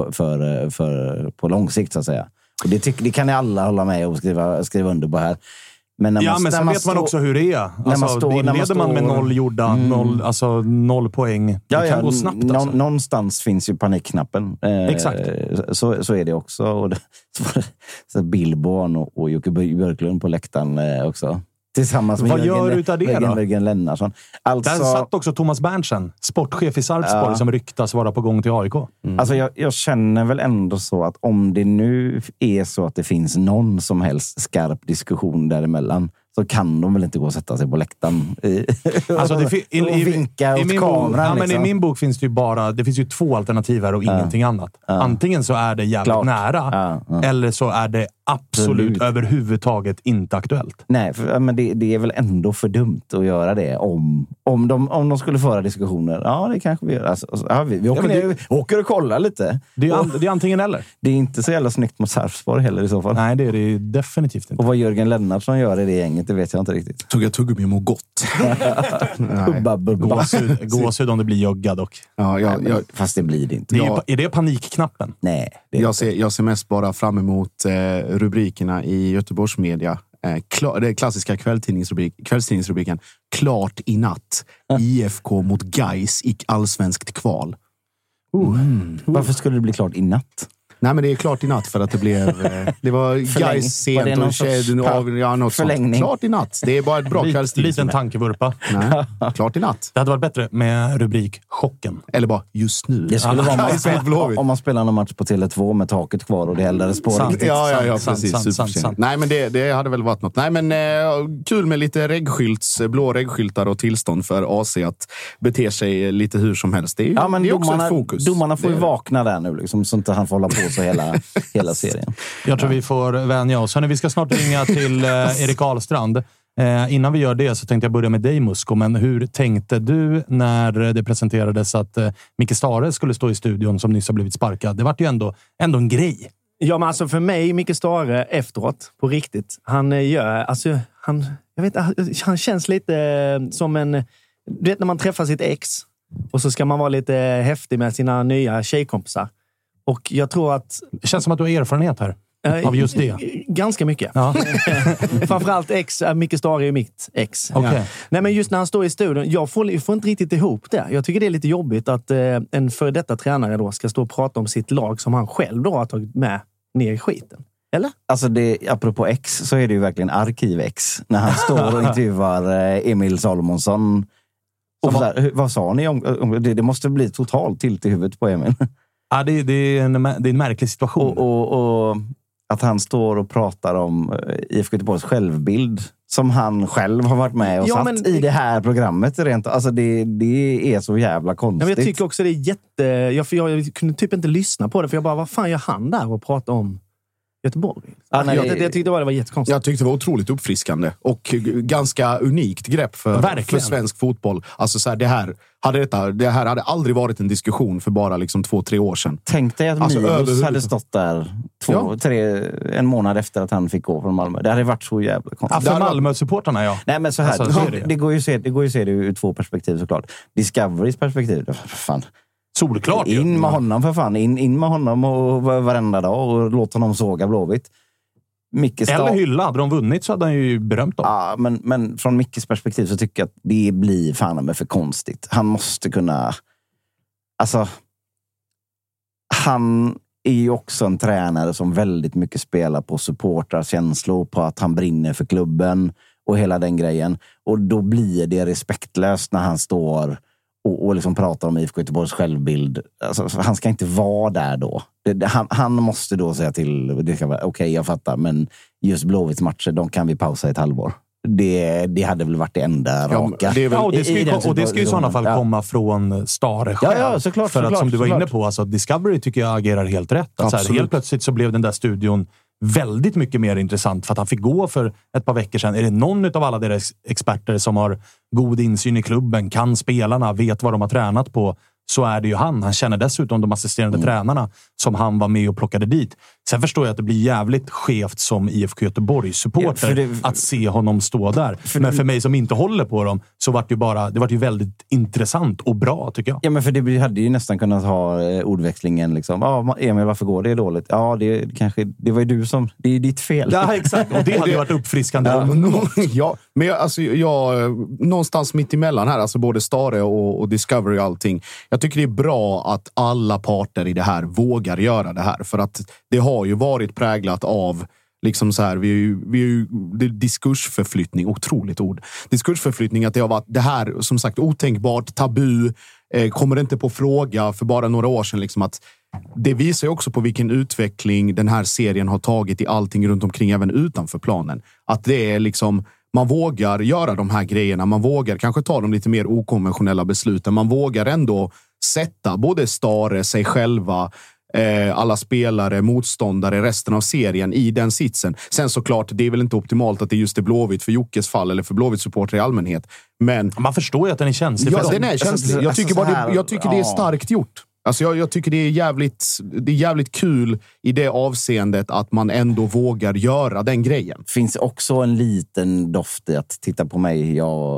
på lång sikt, så att säga. Och det kan ni alla hålla med och skriva under på här. Men sen vet man också hur det är. Alltså, inleder man med 0 gjorda, 0 poäng. Det kan gå snabbt. Någonstans finns ju panikknappen. Exakt. Så är det också. Och så Billborn och Jocke Björklund på läktaren också. Tillsammans med vad gör du utav det då? Jörgen Lennartsson. Där satt också Thomas Berntsen, sportchef i Sarpsborg, som ryktas vara på gång till AIK. Alltså jag känner väl ändå så att om det nu är så att det finns någon som helst skarp diskussion däremellan, så kan de väl inte gå och sätta sig på läktaren alltså och vinka åt kameran. Men i min bok finns det ju det finns ju 2 alternativ här och ingenting annat. Antingen så är det jävligt nära, eller så är det absolut överhuvudtaget inte aktuellt. Nej, men det är väl ändå för dumt att göra det om de skulle föra diskussioner. Ja, det kanske vi gör. Alltså, vi åker och kollar lite. Det är antingen eller. Det är inte så jävla snyggt mot Sarpsborg heller i så fall. Nej, det är det definitivt inte. Och vad Jörgen Lennartsson gör i det gänget, det vet jag inte riktigt. Tugga tuggummi mot gott. Gåshud om det blir jogga dock. Ja, fast det blir det inte. Är det panikknappen? Nej. Jag ser mest bara fram emot rubrikerna i Göteborgs media. Det klassiska kvällstidningsrubriken. Klart i natt. IFK mot Gais i allsvenskt kval. Varför skulle det bli klart i natt? Nej, men det är klart i natt för att det var Gais sent och något förlängning. Klart i natt. Det är bara ett bra kvällstidning. Liten tankevurpa. Nej, klart i natt. Det hade varit bättre med rubrik Chocken. Eller bara just nu. Det skulle vara om man spelar någon match på Tele2 med taket kvar och det eldades på riktigt. Ja, precis. Sant. Nej, men det hade väl varit något. Nej, men kul med lite blå reggskyltar och tillstånd för AC att bete sig lite hur som helst. Det är också ett fokus. Domarna får ju vakna där nu, liksom, så inte han får hålla på så hela serien. Jag tror vi får vänja oss. Hörrni, vi ska snart ringa till Erik Ahlstrand. Innan vi gör det så tänkte jag börja med dig, Musko. Men hur tänkte du när det presenterades att Micke Stare skulle stå i studion som nyss har blivit sparkad? Det var ju ändå en grej. Ja, men alltså för mig, Micke Stare efteråt, på riktigt. Han känns lite som en... Du vet när man träffar sitt ex och så ska man vara lite häftig med sina nya tjejkompisar. Och jag tror att... Det känns som att du har erfarenhet här. Av just det? Ganska mycket. Ja. Framförallt Micke Stare är mitt ex. Okay. Ja. Nej, men just när han står i studion, jag får inte riktigt ihop det. Jag tycker det är lite jobbigt att en före detta tränare då ska stå och prata om sitt lag som han själv då har tagit med ner i skiten. Eller? Alltså apropå X så är det ju verkligen arkiv-X. När han står och intervjuar Emil Salomonsson. Och vad sa ni om det? Måste bli totalt tilt i huvudet på Emil. Ja, det är en märklig situation. Och att han står och pratar om IFK Göteborgs självbild som han själv har varit med och satt i det här programmet. Alltså det är så jävla konstigt. Jag tycker också det är jag kunde typ inte lyssna på det, för jag bara, vad fan gör han där och pratar om Göteborg? Jag tyckte det var jättekonstigt. Jag tyckte det var otroligt uppfriskande och ganska unikt grepp för svensk fotboll. Alltså så här, det här hade aldrig varit en diskussion för bara liksom 2-3 år sedan. Tänk dig att Milos hade stått där 1 månad efter att han fick gå från Malmö. Det hade varit så jävla konstigt. Ja, för Malmö-supportarna, ja. Nej, men så här, alltså, det går ju att se det ur 2 perspektiv såklart. Discoverys perspektiv, fan. Solklart. In med honom för fan. In med honom och varenda dag och låt honom såga Blåvitt. Eller hylla. Hade de vunnit så hade han ju berömt dem. Ja, men från Mickes perspektiv så tycker jag att det blir fan med för konstigt. Han måste kunna... Alltså... Han är ju också en tränare som väldigt mycket spelar på supportrar känslor, på att han brinner för klubben och hela den grejen. Och då blir det respektlöst när han står... Och liksom pratar om IFK Göteborgs självbild. Alltså, han ska inte vara där då. Han måste då säga till... Okej, jag fattar. Men just Blåvitts matcher, de kan vi pausa ett halvår. Det hade väl varit det enda raka. Det ska ju i sådana fall komma från Stare själv. Ja, såklart. För att som du var inne på, alltså, Discovery tycker jag agerar helt rätt. Att så här, helt plötsligt så blev den där studion väldigt mycket mer intressant för att han fick gå för ett par veckor sedan. Är det någon av alla deras experter som har god insyn i klubben, kan spelarna, vet vad de har tränat på, så är det ju han. Han känner dessutom de assisterande tränarna som han var med och plockade dit. Sen förstår jag att det blir jävligt skevt som IFK Göteborg-supporter att se honom stå där. Men för mig som inte håller på dem så var det var ju väldigt intressant och bra, tycker jag. Ja, men för det hade ju nästan kunnat ha ordväxlingen liksom. Ja, Emil, varför går det dåligt? Ja, det var ju du som... Det är ju ditt fel. Ja, exakt. Och det hade ju varit uppfriskande. Ja, men jag någonstans mitt emellan här, alltså både Stare och Discovery och allting. Jag tycker det är bra att alla parter i det här vågar göra det här. För att det har ju varit präglat av liksom så här, det är diskursförflyttning, otroligt ord. Diskursförflyttning, att det har varit det här, som sagt, otänkbart, tabu, kommer inte på fråga för bara några år sedan. Liksom att det visar ju också på vilken utveckling den här serien har tagit i allting runt omkring, även utanför planen. Att det är liksom... Man vågar göra de här grejerna. Man vågar kanske ta de lite mer okonventionella besluten. Man vågar ändå sätta både Stare, sig själva, alla spelare, motståndare, resten av serien i den sitsen. Sen såklart, det är väl inte optimalt att det just är Blåvitt för Jockes fall eller för Blåvitt supporter i allmänhet. Men man förstår ju att den är känslig. Ja, den är känslig. Jag tycker det är starkt gjort. Alltså jag tycker det är jävligt kul i det avseendet att man ändå vågar göra den grejen. Finns också en liten doft i att titta på mig.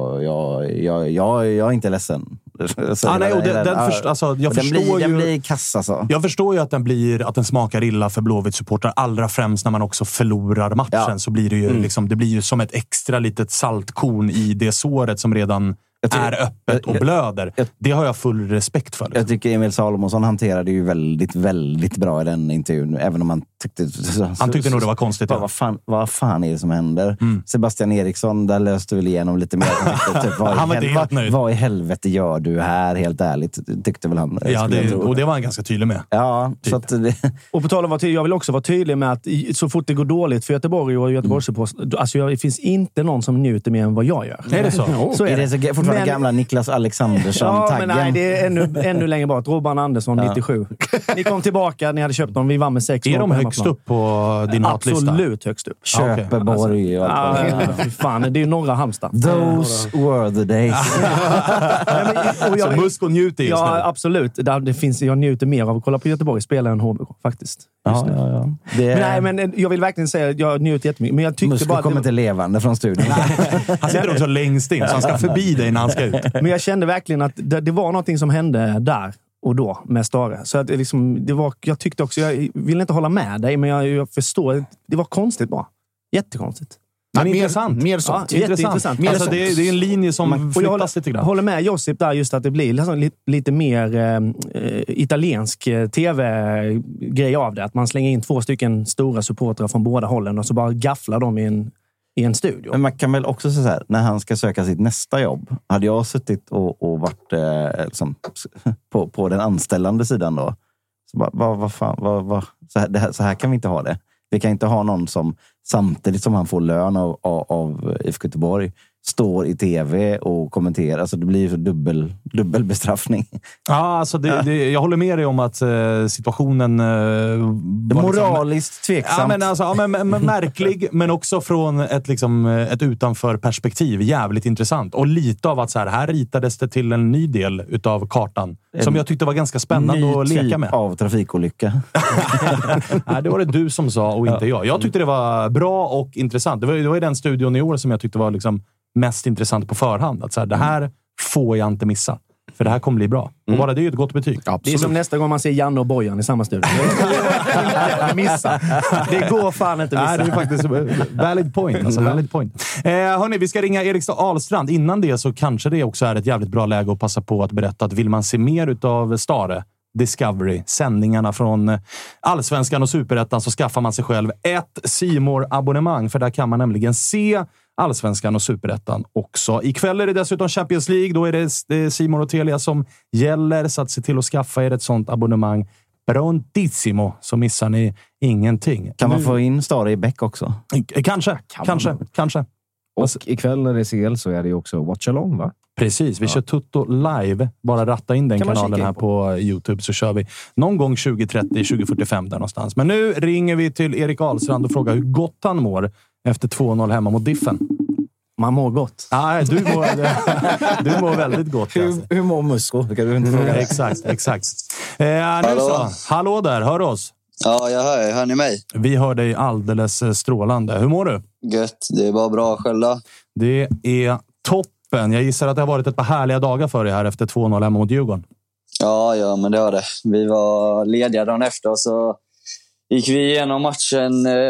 Jag är inte ledsen. Den blir kass alltså. Jag förstår ju att den smakar illa för Blåvitt-supportrar. Allra främst när man också förlorar matchen, så blir det ju liksom, det blir ju som ett extra litet saltkorn i det såret som redan är öppet och blöder. Det har jag full respekt för. Jag tycker Emil Salomonsson hanterade ju väldigt, väldigt bra i den intervjun. Även om han tyckte nog det var konstigt. Vad fan är det som händer? Sebastian Eriksson, där löste väl igenom lite mer. Vad i helvete gör du här, helt ärligt? Tyckte väl han. Ja, och det var han ganska tydlig med. Ja, typ. Så att och på tal om jag vill också vara tydlig med att så fort det går dåligt för Göteborg och Göteborgssupportrar, alltså det finns inte någon som njuter mer än vad jag gör. Är det så? Så är det. Fortfarande gamla Niklas Alexandersson-taggen. Ja, men nej, det är ännu längre bort. Robban Andersson, 97. Ni kom tillbaka, ni hade köpt dem, vi vann med 6 mål. Är de högst upp på din hatlista? Absolut högst upp. Köpeborg och allt. Fy fan, det är ju norra Halmstad. Those were the days. Så Musko njuter just nu. Ja, absolut. Jag njuter mer av att kolla på Göteborg spela än HBK, faktiskt. Ja. Men jag vill verkligen säga att jag njuter jättemycket. Men jag tyckte Musko kommer inte levande från studion. Han sitter också längst in, så han ska förbi dig när han ska ut. Men jag kände verkligen att det var någonting som hände där. och då med Stare. Så att det var, jag tyckte också, jag vill inte hålla med dig, men jag förstår, det var konstigt bara. Jättekonstigt. Men intressant. Mer sånt. Ja, jätteintressant. Alltså, det är en linje som flyttas lite grann. Jag håller med Josip där just att det blir liksom lite mer italiensk tv-grej av det. Att man slänger in 2 stycken stora supportrar från båda hållen och så bara gafflar dem i en studio. Men man kan väl också säga så här, när han ska söka sitt nästa jobb, hade jag suttit och varit liksom, på den anställande sidan då, så vad fan, så här kan vi inte ha det. Vi kan inte ha någon som samtidigt som han får lön av IFK Göteborg står i tv och kommenterar. Alltså det blir så dubbel bestraffning. Ja, alltså jag håller med dig om att situationen var moraliskt tveksamt. Ja, men alltså, men märklig, men också från ett utanför perspektiv. Jävligt intressant. Och lite av att så här ritades det till en ny del utav kartan. Som jag tyckte var ganska spännande att leka med. Av trafikolycka. Nej, det var det du som sa och inte jag. Jag tyckte det var bra och intressant. Det var i den studion i år som jag tyckte var liksom mest intressant på förhand. Att så här, det här får jag inte missa. För det här kommer bli bra. Och bara det är ju ett gott betyg. Absolut. Det är som nästa gång man ser Janne och Bojan i samma studio. Missa. Det går fan inte missa. Nej, det är faktiskt valid point. Alltså, valid point. Hörrni, vi ska ringa Erikstad Ahlstrand. Innan det så kanske det också är ett jävligt bra läge att passa på att berätta att vill man se mer utav Stare Discovery, sändningarna från Allsvenskan och Superettan, så skaffar man sig själv ett C More-abonnemang. För där kan man nämligen se Allsvenskan och Superettan också. Ikväll är det dessutom Champions League. Då är det C More och Telia som gäller. Så att se till att skaffa er ett sånt abonnemang prontissimo, så missar ni ingenting. Kan man få in Stare i Beck också? Kanske. Och ikväll när det är CL så är det ju också Watch Along, va? Precis, vi kör Tutto live. Bara ratta in den kanalen här på YouTube, så kör vi någon gång 2030, 2045 där någonstans. Men nu ringer vi till Erik Ahlstrand och frågar hur gott han mår efter 2-0 hemma mot Diffen. Man mår gott. Nej, du mår väldigt gott. Hur mår Musko? Det kan du inte fråga. Exakt. Nu så. Hallå där, hör oss? Ja, jag hör ni mig? Vi hör dig alldeles strålande. Hur mår du? Gött, det är bara bra själv då. Det är toppen. Jag gissar att det har varit ett par härliga dagar för dig här efter 2-0 hemma mot Djurgården. Ja, men det har det. Vi var lediga dagen efter och så gick vi igenom matchen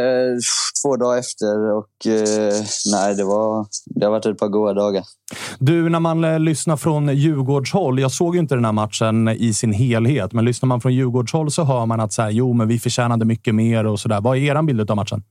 2 dagar efter och nej, det har varit ett par goda dagar. Du, när man lyssnar från Djurgårdshåll, jag såg ju inte den här matchen i sin helhet, men lyssnar man från Djurgårdshåll så hör man att så här, men vi förtjänade mycket mer och sådär. Vad är eran bild av matchen?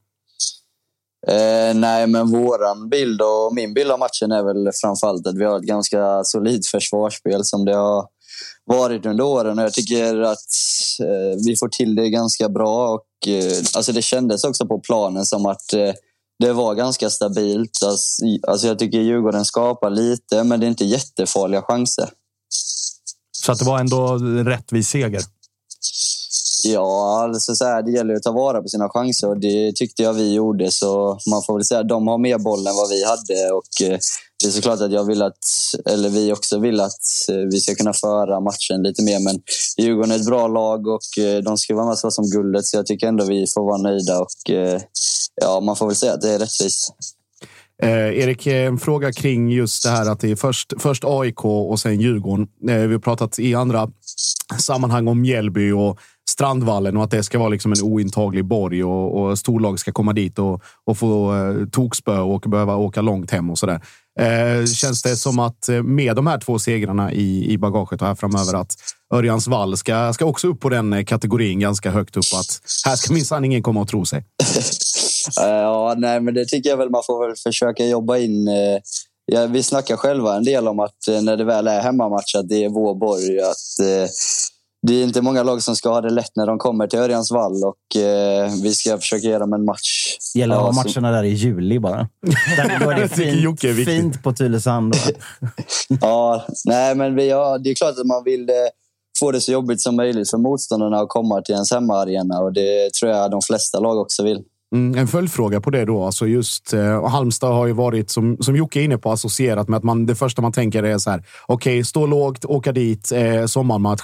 Nej, men våran bild och min bild av matchen är väl framförallt att vi har ett ganska solidt försvarsspel som det har varit under åren, och jag tycker att vi får till det ganska bra, och alltså det kändes också på planen som att det var ganska stabilt. Alltså jag tycker Djurgården skapar lite, men det är inte jättefarliga chanser. Så att det var ändå rättvis seger? Ja, alltså så här, det gäller att ta vara på sina chanser, och det tyckte jag vi gjorde, så man får väl säga att de har mer boll än vad vi hade, och det är såklart att vi också vill att vi ska kunna föra matchen lite mer, men Djurgården är ett bra lag och de ska vara med så som guldet, så jag tycker ändå vi får vara nöjda, och ja, man får väl säga att det är rättvist. Erik, en fråga kring just det här att det är först AIK och sen Djurgården. Vi har pratat i andra sammanhang om Mjällby och Strandvallen och att det ska vara liksom en ointaglig borg och storlag ska komma dit och få tokspö och behöva åka långt hem och sådär. Känns det som att med de här 2 segrarna i bagaget och här framöver att Örjans Vall ska också upp på den kategorin ganska högt upp, att här ska minsann ingen komma och tro sig? Ja, nej, men det tycker jag väl man får väl försöka jobba in. Ja, vi snackar själva en del om att när det väl är hemmamatch att det är vår borg, att det är inte många lag som ska ha det lätt när de kommer till Örjans Vall, och vi ska försöka göra en match. Gäller att ha matcherna där i juli bara. Då är det fint på Tylösand. Ja, nej, men det är klart att man vill få det så jobbigt som möjligt för motståndarna att komma till ens hemmaarena, och det tror jag de flesta lag också vill. En följdfråga på det då, alltså just Halmstad har ju varit som Jocke är inne på associerat med att det första man tänker är så här: okej, stå lågt, åka dit, sommarmatch,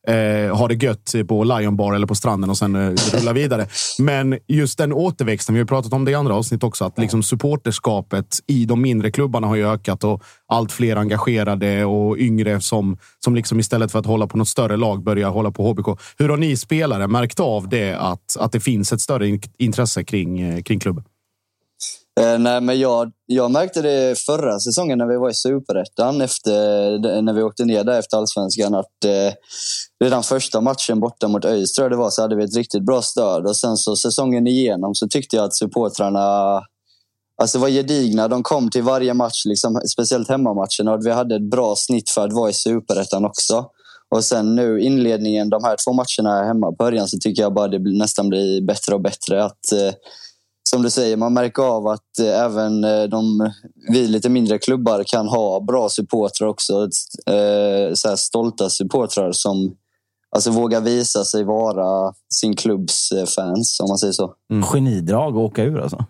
ha det gött på Lion Bar eller på stranden och sen rulla vidare. Men just den återväxten, vi har pratat om det i andra avsnitt också, att liksom supporterskapet i de mindre klubbarna har ju ökat och allt fler engagerade och yngre som liksom istället för att hålla på något större lag börjar hålla på HBK. Hur har ni spelare märkt av det, att det finns ett större intresse kring klubben? Nej, men jag märkte det förra säsongen när vi var i Superettan när vi åkte ner där efter Allsvenskan, att redan första matchen borta mot ÖIS tror jag det var, så hade vi ett riktigt bra stöd, och sen så säsongen igenom så tyckte jag att supportrarna var gedigna. De kom till varje match, liksom, speciellt hemmamatchen, och vi hade ett bra snitt för att vara i Superettan också. Och sen nu inledningen, de här 2 matcherna hemma på Örjan, så tycker jag bara det nästan blir bättre och bättre. Att som du säger, man märker av att även vi lite mindre klubbar kan ha bra supportrar också. Så här stolta supportrar som vågar visa sig vara sin klubbs fans, om man säger så. Genidrag att åka ur alltså.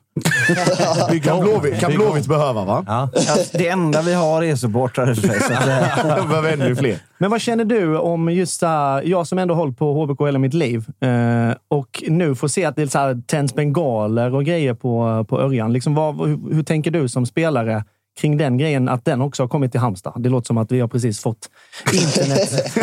kan Blåvitt behöva, va? Ja. Det enda vi har är supportrar. Det behöver ännu fler. Men vad känner du om just jag som ändå hållit på HBK hela mitt liv och nu får se att det är så här tänds bengaler och grejer på Örjan. Liksom, hur tänker du som spelare kring den grejen, att den också har kommit till Halmstad? Det låter som att vi har precis fått internet.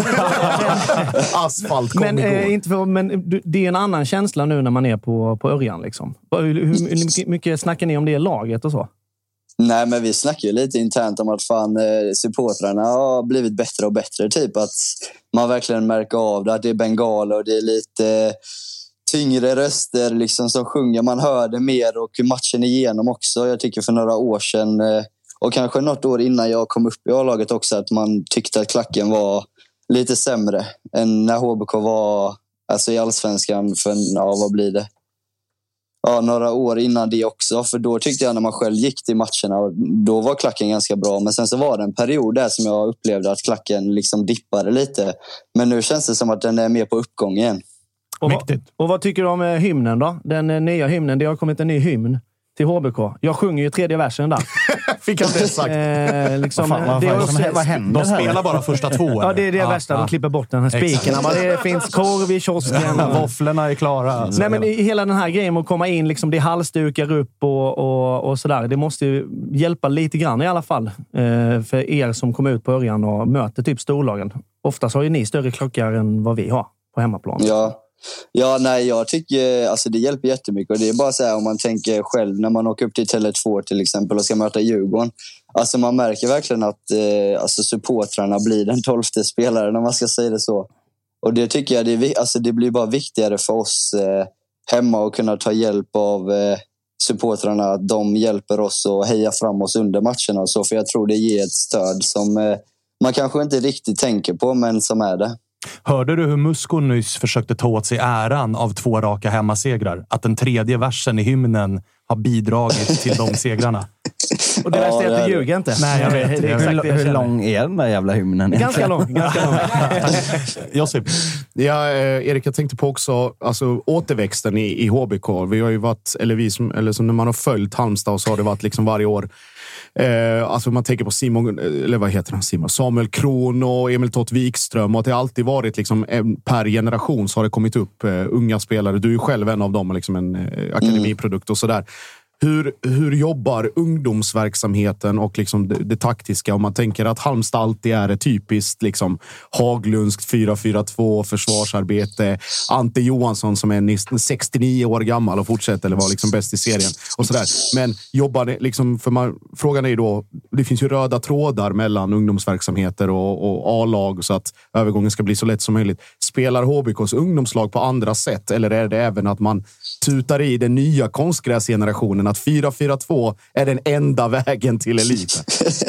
Asfalt kom igår. Men det är en annan känsla nu när man är på Örjan. Liksom. Hur mycket snackar ni om det i laget och så? Nej, men vi snackar ju lite internt om att supportrarna har blivit bättre och bättre. Typ att man verkligen märker av det, att det är bengaler och det är lite tyngre röster liksom, som sjunger. Man hör det mer, och matchen igenom också. Jag tycker för några år sedan och kanske något år innan jag kom upp i A-laget också, att man tyckte att klacken var lite sämre än när HBK var i Allsvenskan för, vad blir det? Ja, några år innan det också. För då tyckte jag när man själv gick till matcherna, då var klacken ganska bra. Men sen så var det en period där som jag upplevde att klacken liksom dippade lite. Men nu känns det som att den är mer på uppgång igen. Och vad tycker du om hymnen då? Den nya hymnen, det har kommit en ny hymn till HBK. Jag sjunger ju 3:e versen där. Fick han det sagt? Vad händer? De spelar bara första 2. Ja, det är det värsta. De klipper bort den här spiken. Det finns korv i kiosken. Våfflorna är klara. Alltså. Nej, men hela den här grejen med att komma in, liksom, det halsdukar upp och sådär. Det måste ju hjälpa lite grann i alla fall. För er som kommer ut på Örjan och möter typ storlagen. Oftast har ju ni större klockor än vad vi har på hemmaplan. Ja, nej, jag tycker det hjälper jättemycket. Och det är bara så här, om man tänker själv när man åker upp till Tele2 till exempel och ska möta Djurgården. Man märker verkligen att supportrarna blir den 12:e spelaren, om man ska säga det så. Och det tycker jag det blir bara viktigare för oss hemma att kunna ta hjälp av supportrarna, att de hjälper oss och heja fram oss under matcherna och så. För jag tror det ger ett stöd som man kanske inte riktigt tänker på, men som är det. Hörde du hur Musko nyss försökte ta åt sig äran av 2 raka hemmasegrar? Att den 3:e versen i hymnen har bidragit till de segrarna. Och det värsta är att det ljuger inte. Nej, jag vet. Det är exakt det jag hur lång är den där jävla hymnen? Ganska lång. Josip. Ja, Erik, jag tänkte på också återväxten i HBK. Vi har ju varit, eller som när man har följt Halmstad, så har det varit liksom varje år. Man tänker på Samuel Kron och Emil Tott Wikström, och att det alltid varit liksom, per generation så har det kommit upp unga spelare. Du är ju själv en av dem, liksom en akademiprodukt och sådär. Hur jobbar ungdomsverksamheten och liksom det taktiska? Om man tänker att Halmstad alltid är ett typiskt liksom Haglundskt 4-4-2 försvarsarbete. Ante Johansson som är 69 år gammal och fortsätter eller var liksom bäst i serien och sådär. Men jobbar det liksom, frågan är ju då, det finns ju röda trådar mellan ungdomsverksamheter och A-lag så att övergången ska bli så lätt som möjligt. Spelar HBKs ungdomslag på andra sätt, eller är det även att man tutar i den nya konstgräsgenerationen att 4-4-2 är den enda vägen till eliten?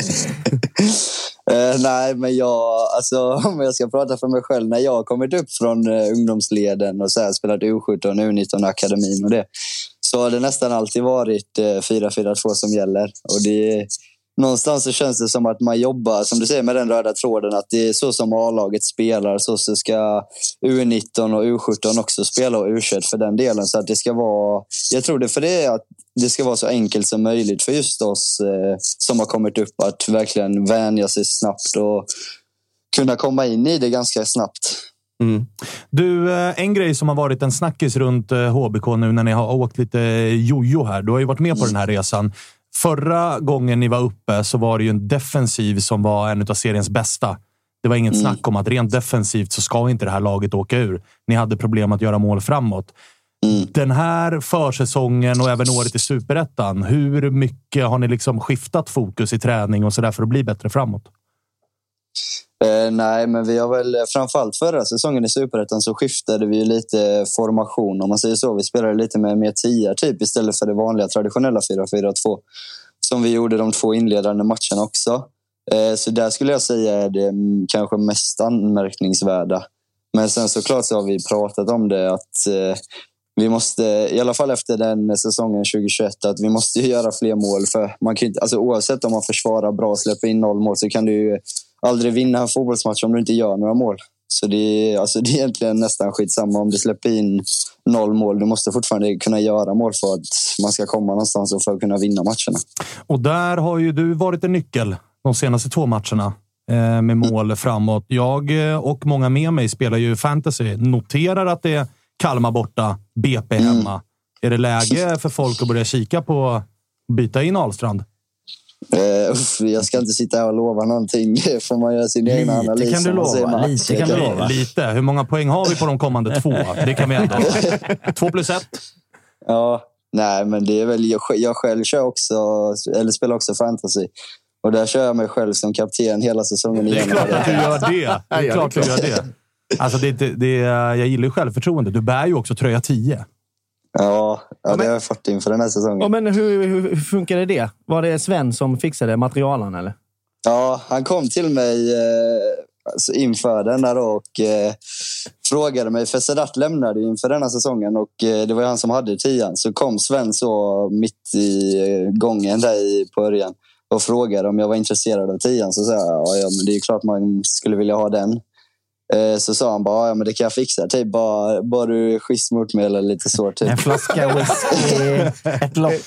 Nej, men om jag ska prata för mig själv, när jag har kommit upp från ungdomsleden och så här, spelat U17, U19 akademin och det, så har det nästan alltid varit 4-4-2 som gäller. Och det någonstans så känns det som att man jobbar, som du säger, med den röda tråden, att det är så som A-laget spelar, så ska U19 och U17 också spela, och U21 för den delen. Så att det ska vara, jag tror det för det är att det ska vara så enkelt som möjligt för just oss som har kommit upp, att verkligen vänja sig snabbt och kunna komma in i det ganska snabbt. Du, en grej som har varit en snackis runt HBK nu när ni har åkt lite jojo här. Du har ju varit med på den här resan. Förra gången ni var uppe så var det ju en defensiv som var en av seriens bästa. Det var inget snack om att rent defensivt så ska inte det här laget åka ur. Ni hade problem att göra mål framåt. Den här försäsongen och även året i Superettan, hur mycket har ni liksom skiftat fokus i träning och sådär för att bli bättre framåt? Nej, men vi har väl framförallt förra säsongen i Superettan så skiftade vi lite formation, om man säger så. Vi spelade lite med mer 10 typ istället för det vanliga traditionella 4-4-2 som vi gjorde de 2 inledande matcherna också. Så där skulle jag säga är det kanske mest anmärkningsvärda. Men sen såklart så har vi pratat om det att vi måste, i alla fall efter den säsongen 2021, att vi måste göra fler mål. För man kan inte, alltså oavsett om man försvarar bra och släpper in 0 mål så kan du ju aldrig vinna en fotbollsmatch om du inte gör några mål. Så det är egentligen nästan skitsamma om du släpper in 0 mål. Du måste fortfarande kunna göra mål för att man ska komma någonstans och för att kunna vinna matcherna. Och där har ju du varit en nyckel de senaste 2 matcherna med mål framåt. Jag och många med mig spelar ju fantasy. Noterar att det är Kalmar borta, BP hemma. Är det läge för folk att börja kika på att byta in Ahlstrand? Jag ska inte sitta här och lova någonting. Får man göra sin egen analys. Lite kan du lova. Lite. Hur många poäng har vi på de kommande 2? Det kan vi ändå. 2+1. Ja, nej men det är väl jag själv kör också, eller spelar också fantasy. Och där kör jag mig själv som kapten hela säsongen igen. Det är klart att du gör det. Det är klart att du gör det. Alltså jag gillar ju självförtroende. Du bär ju också tröja 10. Ja, det har jag fått inför den här säsongen. Ja, men hur funkade det? Var det Sven som fixade materialen eller? Ja, han kom till mig inför den där och frågade mig. För Sedat lämnade inför denna säsongen och det var ju han som hade 10. Så kom Sven så mitt i gången där i början och frågade om jag var intresserad av 10. Så sa jag, ja men det är klart man skulle vilja ha den. Så sa han bara, ja men det kan jag fixa. Typ bara du är schysst mot mig eller lite så. Typ. En flaska whisky, ett lock.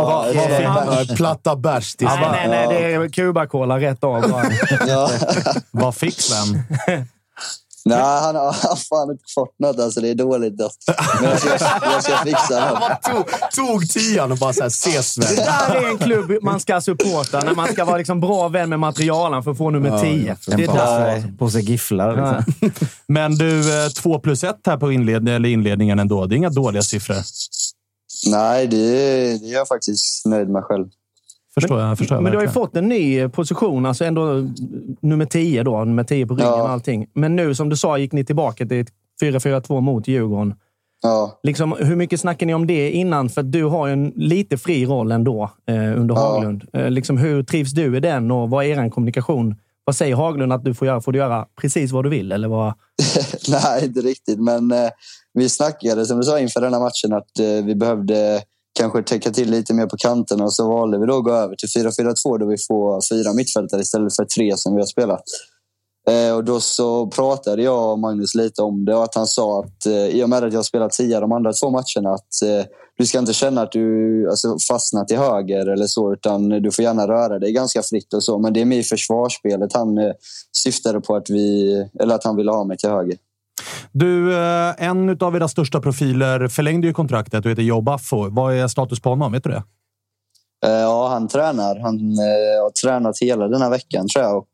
Platta bärs. Nej, det är Cuba-cola rätt av. Ja. Vad fick Sven? Nej, han har fan inte fått något. Alltså det är dåligt då. Men jag ska fixa det. Han tog 10 och bara såhär, ses väl. Det där är en klubb man ska supporta när man ska vara liksom bra vän med materialen för att få nummer 10. Det är på sig gifflar. Liksom. Men du, 2+1 här på inledningen ändå. Det är inga dåliga siffror. Nej, det är jag faktiskt nöjd med själv. Förstår jag. Men du har ju fått en ny position, alltså ändå nummer 10 då, nummer 10 på ryggen och allting. Men nu som du sa gick ni tillbaka till 4-4-2 mot Djurgården. Ja. Liksom, hur mycket snackar ni om det innan? För du har ju en lite fri roll ändå under Haglund. Liksom, hur trivs du i den och vad är er kommunikation? Vad säger Haglund att du får göra? Får du göra precis vad du vill? Eller vad? Nej, inte riktigt. Men vi snackade som du sa inför den här matchen att vi behövde kanske täcka till lite mer på kanterna och så valde vi då att gå över till 4-4-2 då vi får 4 mittfältare istället för 3 som vi har spelat. Och då så pratade jag och Magnus lite om det och att han sa att i och med att jag har spelat 10 de andra 2 matcherna att du ska inte känna att du fastnat till höger eller så utan du får gärna röra dig ganska fritt och så. Men det är med i försvarsspelet han syftade på att han ville ha mig till höger. Du, en av era största profiler förlängde ju kontraktet och heter Joe Buffo. Vad är status på honom, vet du det? Ja, han tränar. Han har tränat hela den här veckan tror jag och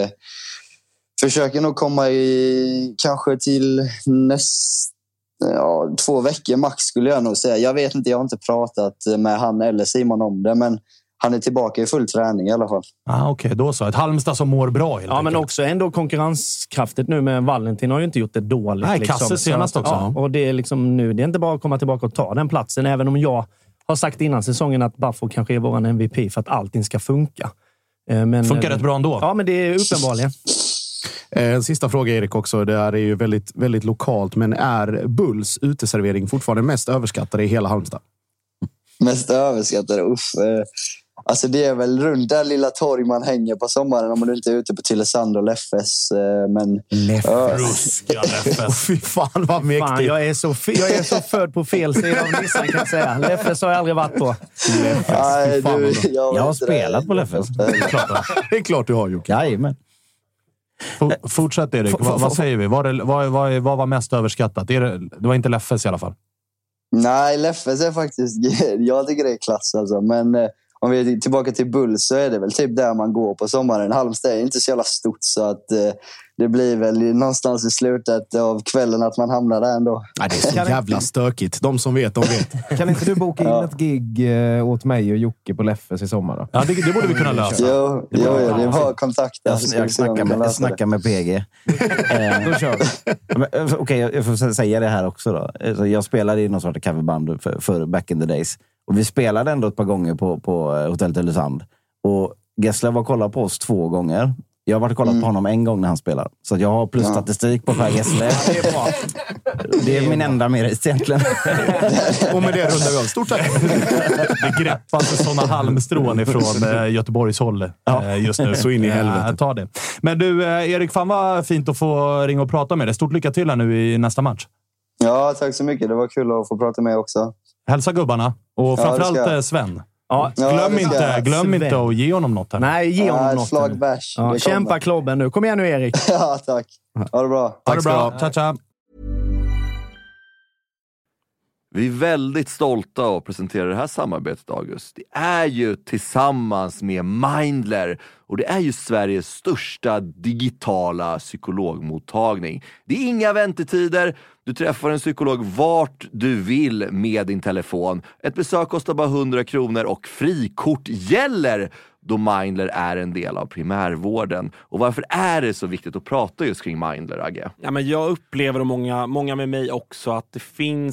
försöker nog komma kanske till 2 veckor max skulle jag nog säga. Jag vet inte, jag har inte pratat med han eller Simon om det men han är tillbaka i full träning i alla fall. Okej, då så. Ett Halmstad som mår bra. Men också ändå konkurrenskraftigt nu med Valentin har ju inte gjort det dåligt. Nej, Kasse senast också. Ja, och det är liksom nu, det är inte bara att komma tillbaka och ta den platsen. Även om jag har sagt innan säsongen att Buffo kanske är våran MVP för att allting ska funka. Men, funkar rätt bra ändå. Ja, men det är uppenbarligen. En sista fråga Erik också. Det är ju väldigt, väldigt lokalt. Men är Bulls uteservering fortfarande mest överskattade i hela Halmstad? Mest överskattade? Alltså det är väl runt där lilla torg man hänger på sommaren om man inte är ute på Tylösand och Leffes. Men Fy fan vad mäktigt. Fan, jag är så född på fel sida av Nissan kan jag säga. Leffes har jag aldrig varit på. Jag har spelat på Leffes. Det är klart du har, Jocke. Jajamän. Fortsätt Erik, vad säger vi? Vad var mest överskattat? Det var inte Leffes i alla fall. Nej, Leffes är faktiskt... Jag tycker det är klass alltså. Men om vi är tillbaka till Bull så är det väl typ där man går på sommaren. Halmstad är inte så jävla stort så att det blir väl någonstans i slutet av kvällen att man hamnar där ändå. Nej, det är så jävla stökigt. De som vet, de vet. Kan inte du boka in ett gig åt mig och Jocke på Leffes i sommar då? Ja, det borde vi kunna lösa. Jo, det var kontakter. Jag snackar med PG. Då kör vi. Okej, jag får säga det här också då. Jag spelade i någon sorts coverband för back in the days. Och vi spelade ändå ett par gånger på Hotel Tylösand. Och Gessle var och kollade på oss 2 gånger. Jag har varit och kollat på honom en gång när han spelar. Så jag har plus statistik på Per Gessle. Det är bra. Det är min enda merit egentligen. Och med det rundar vi av. Stort tack. Det greppas sådana halmstrån ifrån Göteborgs håll just nu. Så in i helvete. Ta det. Men du, Erik, fan vad fint att få ringa och prata med dig. Stort lycka till här nu i nästa match. Ja, tack så mycket. Det var kul att få prata med också. Hälsa gubbarna. Och framförallt Sven. Ja, Glöm inte att ge honom något här. Nej, ge honom något. Slag bärs. Ja, kämpa klubben nu. Kom igen nu, Erik. Ja, tack. Ha det bra. Ha det bra. Tja. Vi är väldigt stolta att presentera det här samarbetet, August. Det är ju tillsammans med Mindler och det är ju Sveriges största digitala psykologmottagning. Det är inga väntetider. Du träffar en psykolog vart du vill med din telefon. Ett besök kostar bara 100 kronor och frikort gäller då Mindler är en del av primärvården. Och varför är det så viktigt att prata just kring Mindler, Agge? Ja, men jag upplever och många med mig också att det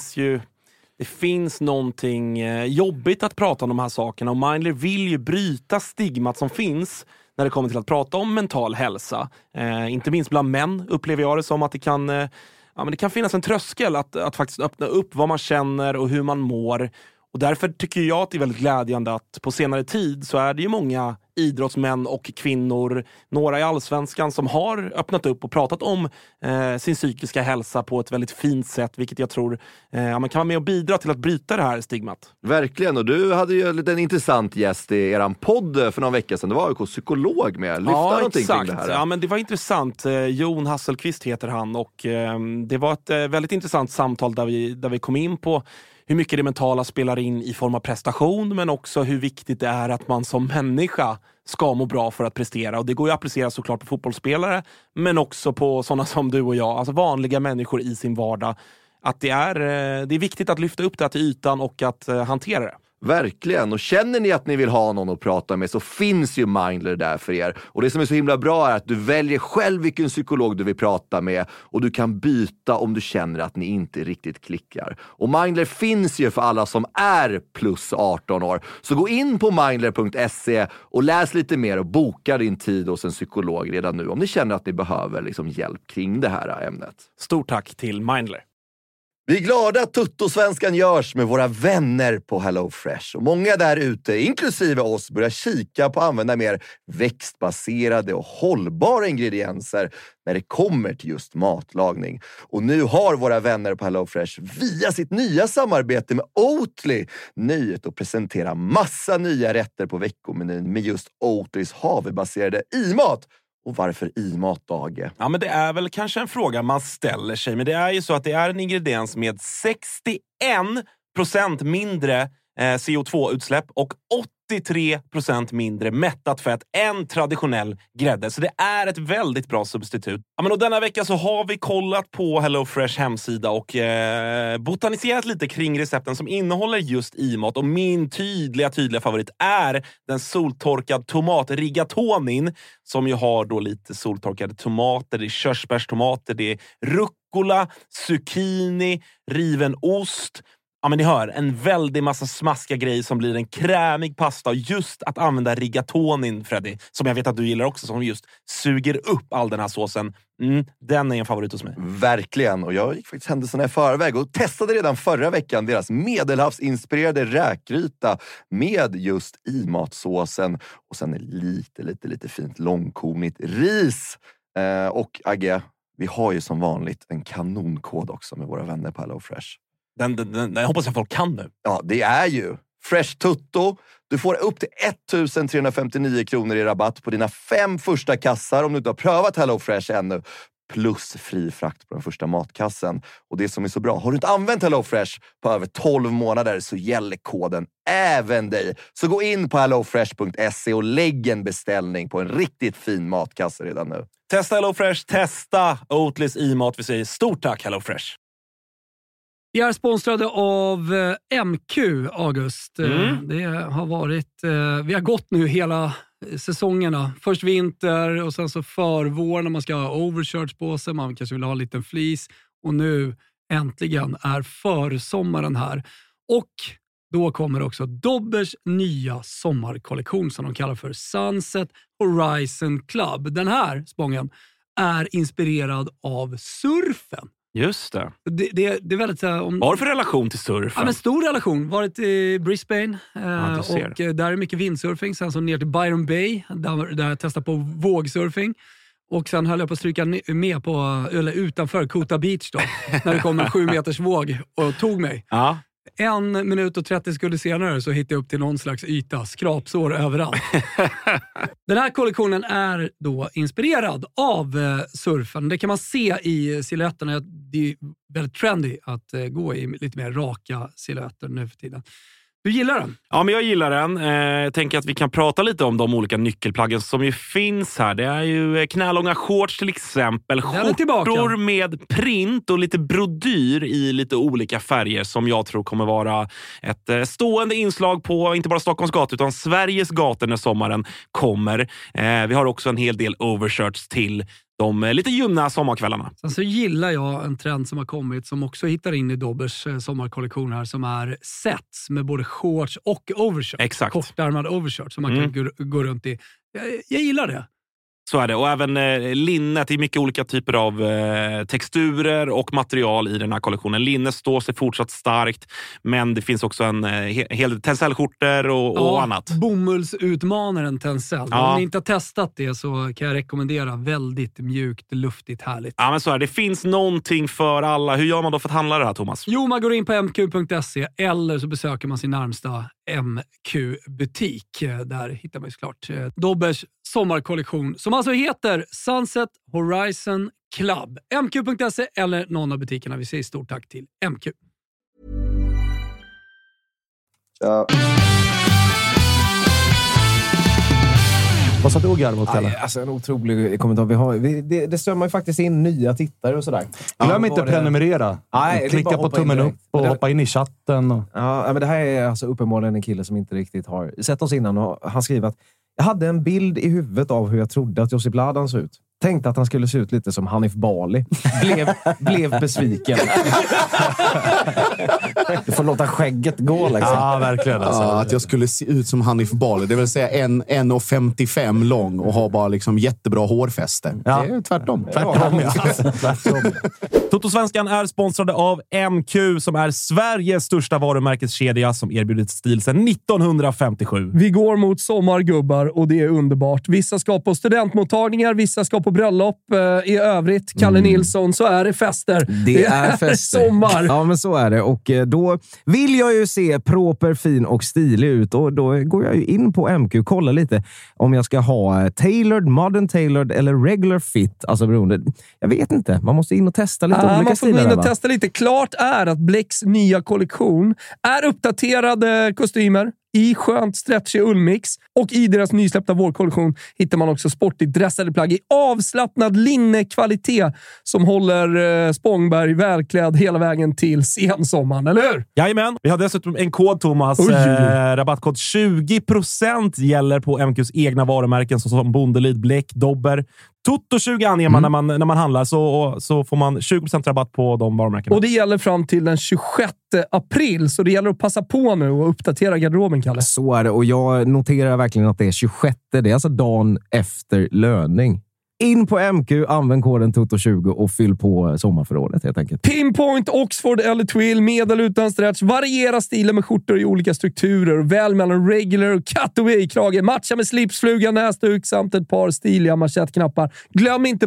finns någonting jobbigt att prata om de här sakerna. Och Mindler vill ju bryta stigmat som finns när det kommer till att prata om mental hälsa. Inte minst bland män upplever jag det som att det kan finnas en tröskel att faktiskt öppna upp vad man känner och hur man mår. Och därför tycker jag att det är väldigt glädjande att på senare tid så är det ju många idrottsmän och kvinnor, några i Allsvenskan, som har öppnat upp och pratat om sin psykiska hälsa på ett väldigt fint sätt, vilket jag tror man kan vara med och bidra till att bryta det här stigmat. Verkligen, och du hade ju en intressant gäst i eran podd för några veckor sedan. Det var ju psykolog med. Lyfta någonting kring det här. Ja, men det var intressant. Jon Hasselqvist heter han och det var ett väldigt intressant samtal där vi kom in på hur mycket det mentala spelar in i form av prestation, men också hur viktigt det är att man som människa ska må bra för att prestera. Och det går ju att applicera såklart på fotbollsspelare, men också på sådana som du och jag, alltså vanliga människor i sin vardag. Att det är viktigt att lyfta upp det till ytan och att hantera det. Verkligen, och känner ni att ni vill ha någon att prata med så finns ju Mindler där för er. Och det som är så himla bra är att du väljer själv vilken psykolog du vill prata med och du kan byta om du känner att ni inte riktigt klickar. Och Mindler finns ju för alla som är plus 18 år. Så gå in på mindler.se och läs lite mer och boka din tid hos en psykolog redan nu om ni känner att ni behöver hjälp kring det här ämnet. Stort tack till Mindler. Vi är glada att Tuttosvenskan görs med våra vänner på HelloFresh. Och många där ute, inklusive oss, börjar kika på att använda mer växtbaserade och hållbara ingredienser när det kommer till just matlagning. Och nu har våra vänner på HelloFresh via sitt nya samarbete med Oatly nöjet att presentera massa nya rätter på veckomenyn med just Oatlys havrebaserade i-mat. Och varför i-mat, Dage? Ja, men det är väl kanske en fråga man ställer sig. Men det är ju så att det är en ingrediens med 61% mindre CO2-utsläpp och 83% mindre mättat fett än traditionell grädde. Så det är ett väldigt bra substitut. Ja, men och denna vecka så har vi kollat på HelloFresh hemsida och botaniserat lite kring recepten som innehåller just i-mat. Och min tydliga favorit är den soltorkad tomat rigatonin som ju har då lite soltorkade tomater, det är körsbärstomater, det är rucola, zucchini, riven ost. Ja, men ni hör, en väldig massa smaskiga grejer som blir en krämig pasta. Och just att använda rigatonin, Freddy, som jag vet att du gillar också, som just suger upp all den här såsen. Den är en favorit hos mig. Verkligen, och jag gick faktiskt händelserna i förväg och testade redan förra veckan deras medelhavsinspirerade räkgryta med just i-matsåsen. Och sen lite fint långkornigt ris. Och Agge, vi har ju som vanligt en kanonkod också med våra vänner på HelloFresh. Den hoppas jag folk kan nu. Ja, det är ju Fresh Tutto. Du får upp till 1359 kronor i rabatt på dina 5 första kassar om du inte har prövat HelloFresh ännu. Plus fri frakt på den första matkassen. Och det som är så bra, har du inte använt HelloFresh på över 12 månader så gäller koden även dig. Så gå in på hellofresh.se och lägg en beställning på en riktigt fin matkasse redan nu. Testa HelloFresh, testa Oatlys i-mat. Vi säger stort tack HelloFresh. Vi är sponsrade av MQ, August. Det har varit... Vi har gått nu hela säsongerna. Först vinter och sen så förvår när man ska ha overshirts på sig. Man kanske vill ha en liten fleece. Och nu äntligen är försommaren här. Och då kommer också Dobbers nya sommarkollektion som de kallar för Sunset Horizon Club. Den här spången är inspirerad av surfen. Just det. Det är väldigt... Vad har du för relation till surfen? Ja, men stor relation. Varit i Brisbane och där är mycket windsurfing. Sen så ner till Byron Bay där jag testade på vågsurfing. Och sen höll jag på att stryka med på, eller utanför Kota Beach då. När det kom en 7 meters våg och tog mig. Ja. 1 minut och 30 sekunder senare så hittade jag upp till någon slags yta. Skrapsår överallt. Den här kollektionen är då inspirerad av surfen. Det kan man se i silhuetterna. Det är väldigt trendy att gå i lite mer raka silhuetter nu för tiden. Du gillar den? Ja, men jag gillar den. Jag tänker att vi kan prata lite om de olika nyckelplaggen som ju finns här. Det är ju knälånga shorts till exempel. Skjortor med print och lite brodyr i lite olika färger som jag tror kommer vara ett stående inslag på inte bara Stockholms gator utan Sveriges gator när sommaren kommer. Vi har också en hel del overshirts till de lite ljumna sommarkvällarna. Sen så gillar jag en trend som har kommit som också hittar in i Dobbers sommarkollektion här som är sets med både shorts och overshirts. Exakt. Kortärmad overshirts som man kan gå runt i. Jag gillar det. Så är det. Och även linnet. Det är mycket olika typer av texturer och material i den här kollektionen. Linne står sig fortsatt starkt. Men det finns också en hel del tencellskjortor och annat. Bomullsutmanaren tencell. Om ni inte har testat det så kan jag rekommendera. Väldigt mjukt, luftigt, härligt. Ja, men så är det. Det finns någonting för alla. Hur gör man då för att handla det här, Thomas? Jo, man går in på mq.se eller så besöker man sin närmsta MQ-butik. Där hittar man ju såklart Dobbers sommarkollektion som alltså heter Sunset Horizon Club. MQ.se eller någon av butikerna. Vi säger stort tack till MQ. Ja. Vad sa du och garv åt, Kalle? Alltså en otrolig kommentar. Det strömmar ju faktiskt in nya tittare och sådär. Glöm inte prenumerera. Klicka på tummen upp och hoppa in i chatten. Och... Ja, men det här är alltså uppenbarligen en kille som inte riktigt har sett oss innan. Och han skriver att jag hade en bild i huvudet av hur jag trodde att Josip Ladan såg ut. Tänkte att han skulle se ut lite som Hanif Bali. Blev besviken. Du får låta skägget gå liksom. Ja, verkligen. Alltså. Ja, att jag skulle se ut som Hanif Bali. Det vill säga 1,55 lång och ha bara liksom jättebra hårfäste. Ja. Det är tvärtom. Tvärtom. Totosvenskan är sponsrade av MQ som är Sveriges största varumärkeskedja som erbjudit stil sedan 1957. Vi går mot sommargubbar och det är underbart. Vissa ska på studentmottagningar, vissa ska på bröllop. I övrigt, Kalle Nilsson, så är det fester. Det är fester. Sommar. Ja, men så är det. Och då vill jag ju se proper, fin och stilig ut. Och då går jag ju in på MQ och kollar lite om jag ska ha tailored, modern tailored eller regular fit. Alltså beroende. Jag vet inte. Man måste in och testa lite olika man får stilar. gå in och va? testa lite. Klart är att Blecks nya kollektion är uppdaterade kostymer i skönt stretchig ullmix. Och i deras nysläppta vårkollektion hittar man också sportigt dressade plagg i avslappnad linnekvalitet som håller Spångberg välklädd hela vägen till sensommaren, eller hur? Jajamän. Vi har dessutom en kod, Thomas. Rabattkod 20% gäller på MQs egna varumärken såsom Bondelid, Bleck, Dobber. Toto20 anger man när man handlar så får man 20% rabatt på de varumärkena. Och det gäller fram till den 26 april så det gäller att passa på nu och uppdatera garderoben, Kalle. Så är det, och jag noterar verkligen att det är 26. Det är alltså dagen efter löning. In på MQ, använd koden TOTO20 och fyll på sommarförrådet helt enkelt. Pinpoint, Oxford eller Twill, med eller utan stretch. Variera stilen med skjortor i olika strukturer. Väl mellan regular och cutaway-krage. Matcha med slipsfluga, näsduk samt ett par stiliga manschettknappar. Glöm inte bort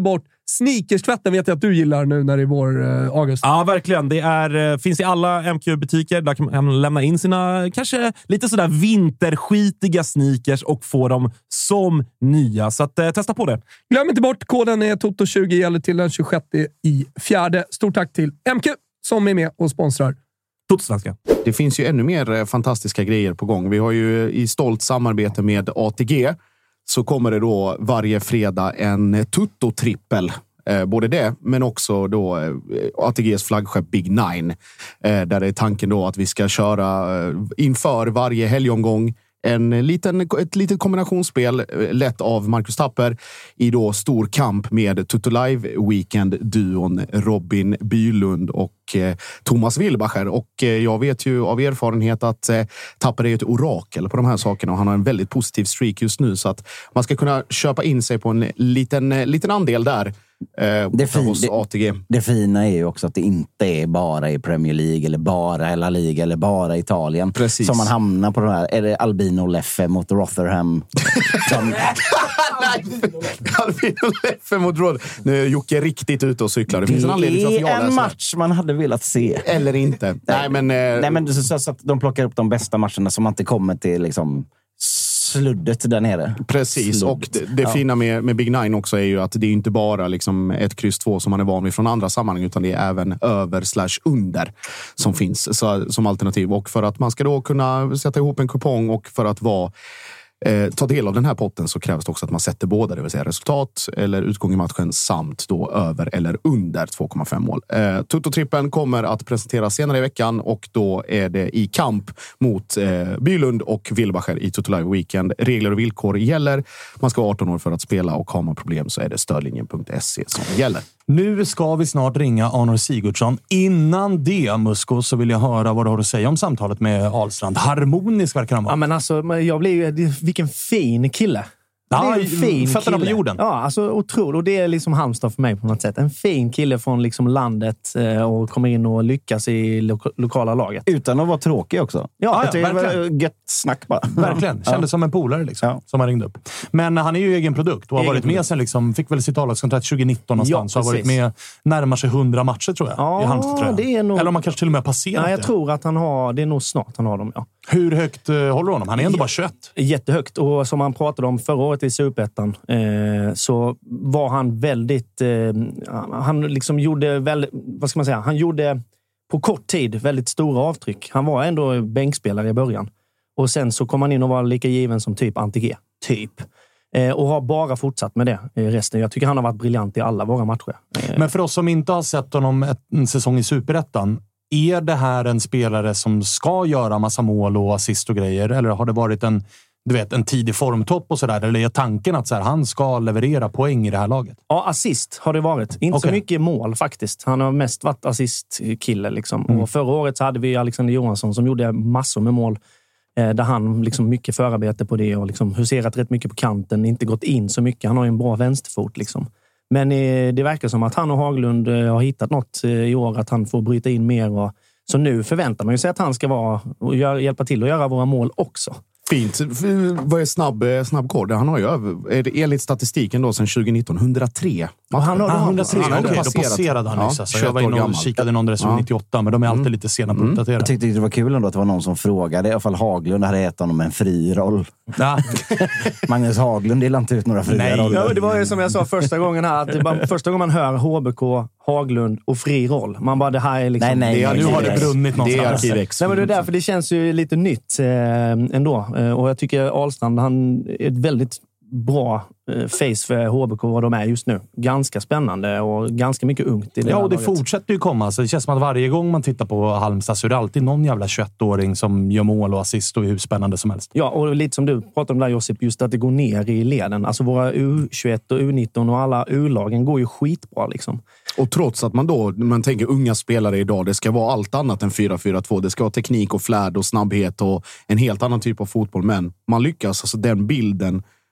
Sneakers-tvätten vet jag att du gillar nu när det är vår, August. Ja, verkligen. Det finns i alla MQ-butiker. Där kan man lämna in sina kanske lite sådär vinterskitiga sneakers och få dem som nya. Så att, testa på det. Glöm inte bort, koden är TOTO20, gäller till den 26/4. Stort tack till MQ som är med och sponsrar Totosvenska. Det finns ju ännu mer fantastiska grejer på gång. Vi har ju i stolt samarbete med ATG så kommer det då varje fredag en Tutto-trippel. Både det, men också då ATGs flaggskepp Big Nine. Där det är tanken då att vi ska köra inför varje helgomgång ett litet kombinationsspel lett av Marcus Tapper i då stor kamp med Tutto Live Weekend-duon Robin Bylund och Thomas Wilbacher. Och jag vet ju av erfarenhet att Tapper är ett orakel på de här sakerna och han har en väldigt positiv streak just nu så att man ska kunna köpa in sig på en liten andel där. Det fina är ju också att det inte är bara i Premier League eller bara i La Liga eller bara Italien. Precis. Som man hamnar på det här. Är det Albino Leffe mot Rotherham? Albino Leffe mot Rotherham. Nu är Jocke riktigt ute och cyklar. Det finns en anledning till att jag läser. En match man hade velat se. Eller inte. Nej, men så att de plockar upp de bästa matcherna som man inte kommer till liksom sluddet där nere. Precis, sluddet. Och det fina med Big Nine också är ju att det är inte bara liksom ett X2 som man är van vid från andra sammanhang utan det är även över/under som finns som alternativ. Och för att man ska då kunna sätta ihop en kupong och för att ta del av den här potten så krävs det också att man sätter båda, det vill säga resultat eller utgång i matchen samt då över eller under 2,5 mål. Tutto-trippen kommer att presenteras senare i veckan och då är det i kamp mot Bylund och Wilbacher i Tutto Live Weekend. Regler och villkor gäller. Man ska vara 18 år för att spela och har man problem så är det stödlinjen.se som gäller. Nu ska vi snart ringa Arnor Sigurdsson. Innan det, Musko, så vill jag höra vad du har att säga om samtalet med Ahlstrand. Harmonisk verkar han vara. Ja, men alltså, jag blir ju... Vilken fin kille. Ja, fötterna på jorden. Ja, alltså otroligt. Och det är liksom Halmstad för mig på något sätt. En fin kille från liksom landet och kommer in och lyckas i lokala laget. Utan att vara tråkig också. Ja, det var gött snack bara. Verkligen. Kändes som en polare liksom, som han ringde upp. Men han är ju egen produkt och har varit med sen liksom, fick väl sitt avlagskontrakt 2019 någonstans. Ja, har varit med närmar sig 100 matcher tror jag i Halmstad. Det är nog... Eller om man kanske till och med passerat. Ja, jag tror att han har... Det är nog snart han har dem, ja. Hur högt håller du honom? Han är ändå bara 21. Jättehögt. Och som han pratade om förra året i Superettan så var han väldigt... han liksom gjorde väldigt... Vad ska man säga? Han gjorde på kort tid väldigt stora avtryck. Han var ändå bänkspelare i början. Och sen så kom han in och var lika given som typ Antige. Och har bara fortsatt med det resten. Jag tycker han har varit briljant i alla våra matcher. Men för oss som inte har sett honom en säsong i Superettan, är det här en spelare som ska göra massa mål och assist och grejer? Eller har det varit en tidig formtopp och sådär? Eller är tanken att han ska leverera poäng i det här laget? Ja, assist har det varit. Inte så mycket mål faktiskt. Han har mest varit assistkille liksom. Och förra året så hade vi Alexander Johansson som gjorde massor med mål. Där han liksom mycket förarbete på det och liksom huserat rätt mycket på kanten. Inte gått in så mycket. Han har ju en bra vänsterfot liksom. Men det verkar som att han och Haglund har hittat något i år. Att han får bryta in mer. Så nu förväntar man ju sig att han ska vara och hjälpa till att göra våra mål också. Fint. Vad är snabbkord? Han har ju enligt statistiken då sedan 2019 103. Han har 103. Okej, då passerade han nyss. Alltså. Jag var inne och kikade någon resultat 98, men de är alltid lite sena på att uppdatera. Jag tyckte det var kul ändå att det var någon som frågade i alla fall Haglund hade gett honom en fri roll. Ja. Magnus Haglund delar inte ut några fria roller. Ja, det var ju som jag sa första gången här. Att första gången man hör HBK, Haglund och fri roll. Man bara, det här är liksom... Nej, nu har det brunnit någonstans. Nej, men det är därför det känns ju lite nytt ändå. Och jag tycker Ahlstrand, han är ett väldigt bra face för HBK vad de är just nu. Ganska spännande och ganska mycket ungt i det. Ja, och det fortsätter ju komma. Så det känns som att varje gång man tittar på Halmstad så är det alltid någon jävla 21-åring som gör mål och assist och är hur spännande som helst. Ja, och lite som du pratade om där, Josip, just att det går ner i leden. Alltså våra U21 och U19 och alla U-lagen går ju skitbra liksom. Och trots att man tänker unga spelare idag, det ska vara allt annat än 4-4-2. Det ska vara teknik och flärd och snabbhet och en helt annan typ av fotboll. Men man lyckas, alltså den bilden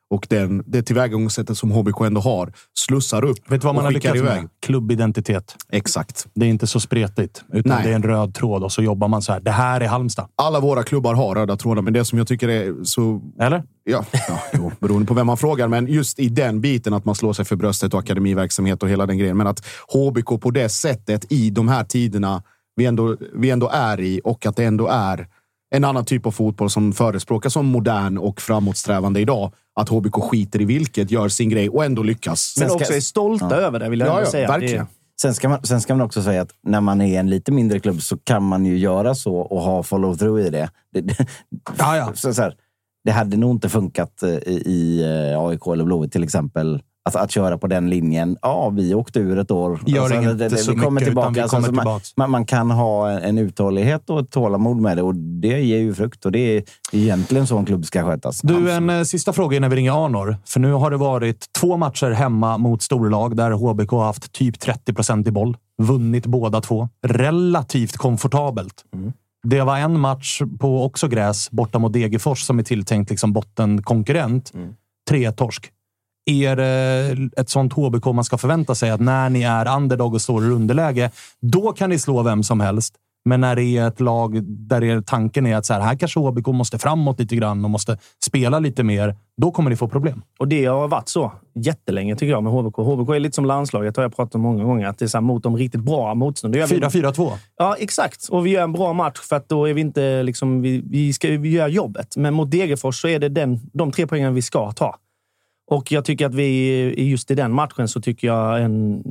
och det tillvägagångssättet som HBK ändå har slussar upp. Vet du vad man har lyckats med? Klubbidentitet. Exakt. Det är inte så spretigt, utan det är en röd tråd och så jobbar man så här. Det här är Halmstad. Alla våra klubbar har röda trådar, men det som jag tycker är så... Eller? Ja, beroende på vem man frågar, men just i den biten att man slår sig för bröstet och akademiverksamhet och hela den grejen. Men att HBK på det sättet i de här tiderna vi ändå är i, och att det ändå är en annan typ av fotboll som förespråkas som modern och framåtsträvande idag. Att HBK skiter i vilket, gör sin grej och ändå lyckas. Men också är stolta över det, vill jag ändå säga. Verkligen. Sen ska man också säga att när man är en lite mindre klubb så kan man ju göra så och ha follow-through i det. Så här, det hade nog inte funkat i AIK eller Blåvitt till exempel. Att köra på den linjen. Ja, vi åkte ur ett år. Gör inte så vi kommer mycket, tillbaka. utan vi kommer tillbaka. Man kan ha en uthållighet och ett tålamod med det. Och det ger ju frukt. Och det är egentligen så en klubb ska skötas. Du, en sista fråga innan vi ringer Arnor. För nu har det varit 2 matcher hemma mot storlag där HBK har haft typ 30% i boll. Vunnit båda 2. Relativt komfortabelt. Det var en match på också gräs borta mot Degerfors som är tilltänkt liksom bottenkonkurrent. 3 torsk. Är det ett sånt HBK man ska förvänta sig att när ni är underdog och står i underläge, då kan ni slå vem som helst. Men när det är ett lag där tanken är att så här kanske HBK måste framåt lite grann och måste spela lite mer, då kommer ni få problem. Och det har varit så jättelänge tycker jag med HBK. HBK är lite som landslaget, har jag pratat om många gånger, att det är så här mot de riktigt bra motstånd. 4-4-2. Ja, exakt. Och vi gör en bra match för att då är vi inte liksom, vi gör jobbet. Men mot Degerfors så är det de 3 poängen vi ska ta. Och jag tycker att just i den matchen så tycker jag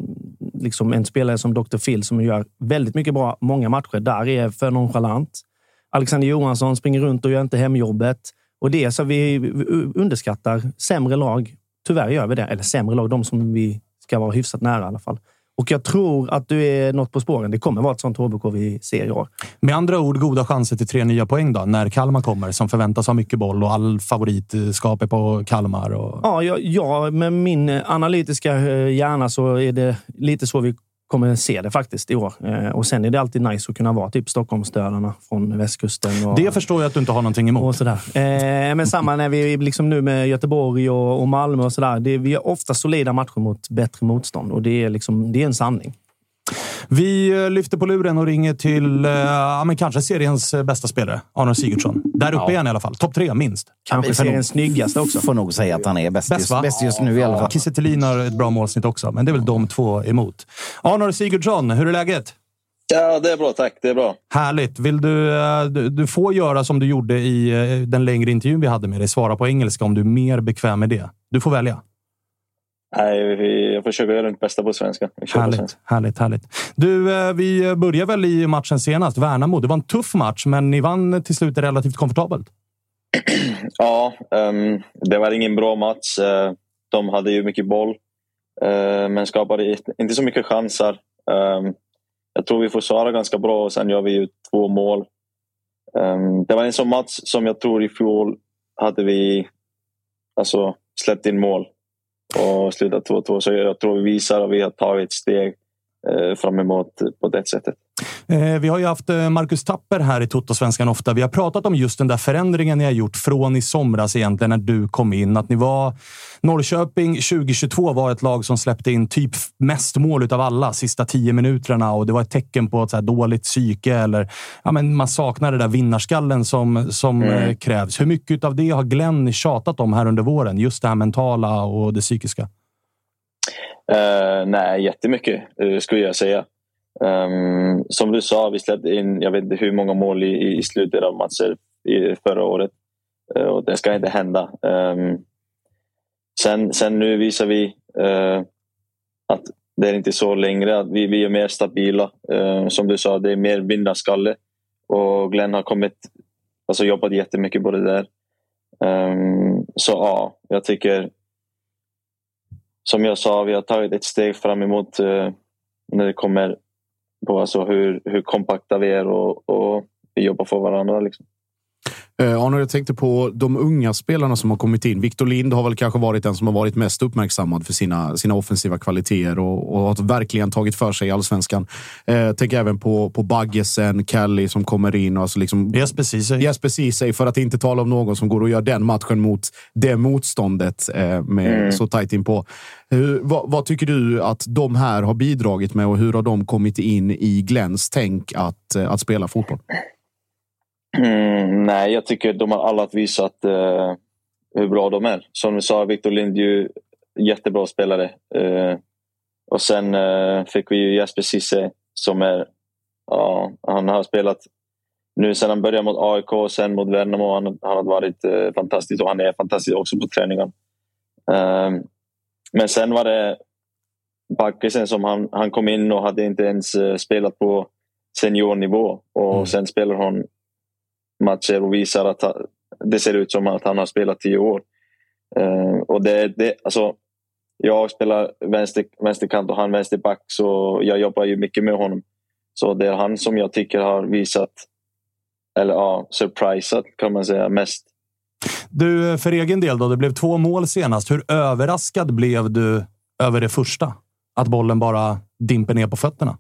en spelare som Dr. Phil som gör väldigt mycket bra många matcher, där är för nonchalant. Alexander Johansson springer runt och gör inte hemjobbet. Och det är så vi underskattar sämre lag. Tyvärr gör vi det. Eller sämre lag, de som vi ska vara hyfsat nära i alla fall. Och jag tror att du är något på spåren. Det kommer vara ett sånt HBK vi ser i år. Med andra ord, goda chanser till 3 nya poäng då, när Kalmar kommer, som förväntas ha mycket boll och all favoritskap är på Kalmar. Och... Ja, med min analytiska hjärna så är det lite så vi kommer se det faktiskt i år. Och sen är det alltid nice att kunna vara typ Stockholmsstödarna från västkusten. Och, det förstår jag att du inte har någonting emot. Och sådär. Men samma när vi liksom nu med Göteborg och Malmö och sådär. Vi har ofta solida matcher mot bättre motstånd. Och det är en sanning. Vi lyfter på luren och ringer till men kanske seriens bästa spelare, Arnor Sigurdsson. Där uppe är han i alla fall. Topp 3 minst. Kanske seriens snyggaste också. Får nog säga att han är bäst just nu i alla fall. Kiese Thelin har ett bra målsnitt också, men det är väl de 2 emot. Arnor Sigurdsson, hur är läget? Ja, det är bra, tack. Det är bra. Härligt. Vill du får göra som du gjorde i den längre intervjun vi hade med dig. Svara på engelska om du är mer bekväm med det. Du får välja. Nej, jag försöker göra det bästa på svenska. Härligt. Du, vi börjar väl i matchen senast. Värnamo. Det var en tuff match, men ni vann till slut relativt komfortabelt. Ja, det var ingen bra match. De hade ju mycket boll, men skapade inte så mycket chanser. Jag tror vi försvarade ganska bra och sen gör vi ju 2 mål. Det var en sån match som jag tror i fjol hade vi släppt in mål och slutat 2-2. Så jag tror vi visar att vi har tagit ett steg fram emot på det sättet. Vi har ju haft Marcus Tapper här i Toto-svenskan ofta. Vi har pratat om just den där förändringen ni har gjort från i somras egentligen när du kom in. Att ni var... Norrköping 2022 var ett lag som släppte in typ mest mål utav alla sista 10 minuterna och det var ett tecken på ett så här dåligt psyke eller man saknar det där vinnarskallen som krävs. Hur mycket av det har Glenn tjatat om här under våren? Just det här mentala och det psykiska. Nej, jättemycket skulle jag säga. Som du sa, vi släppte in jag vet inte hur många mål i slutet av matcher förra året och det ska inte hända. Sen nu visar vi att det är inte så längre, att vi är mer stabila. Som du sa, det är mer vinnarskalle och Glenn har jobbat jättemycket på det där. Så ja, jag tycker som jag sa, vi har tagit ett steg fram emot när det kommer på hur kompakta vi är och vi jobbar för varandra liksom. Arne, jag tänkte på de unga spelarna som har kommit in. Victor Lind har väl kanske varit den som har varit mest uppmärksammad för sina offensiva kvaliteter och har verkligen tagit för sig i Allsvenskan. Tänk även på Baggesen, Kelly som kommer in och alltså liksom Jesper Ceesay, för att inte tala om någon som går och gör den matchen mot det motståndet med så tajt in på. Vad tycker du att de här har bidragit med och hur har de kommit in i Glens tänk att spela fotboll? Nej, jag tycker de har alla visat hur bra de är. Som du sa, Victor Lind är ju jättebra spelare. Och sen fick vi ju Jesper Ceesay som är... Ja, han har spelat nu sedan han började mot AIK och sen mot Värnamo. Han har varit fantastisk och han är fantastisk också på träningen. Men sen var det Backesen som han kom in och hade inte ens spelat på seniornivå. Och sen spelar han matcher och visar att det ser ut som att han har spelat 10 år. Och alltså, jag spelar vänsterkant och han vänsterback, så jag jobbar ju mycket med honom. Så det är han som jag tycker har visat, eller surprisat kan man säga, mest. Du, för egen del då, det blev 2 mål senast. Hur överraskad blev du över det första? Att bollen bara dimper ner på fötterna?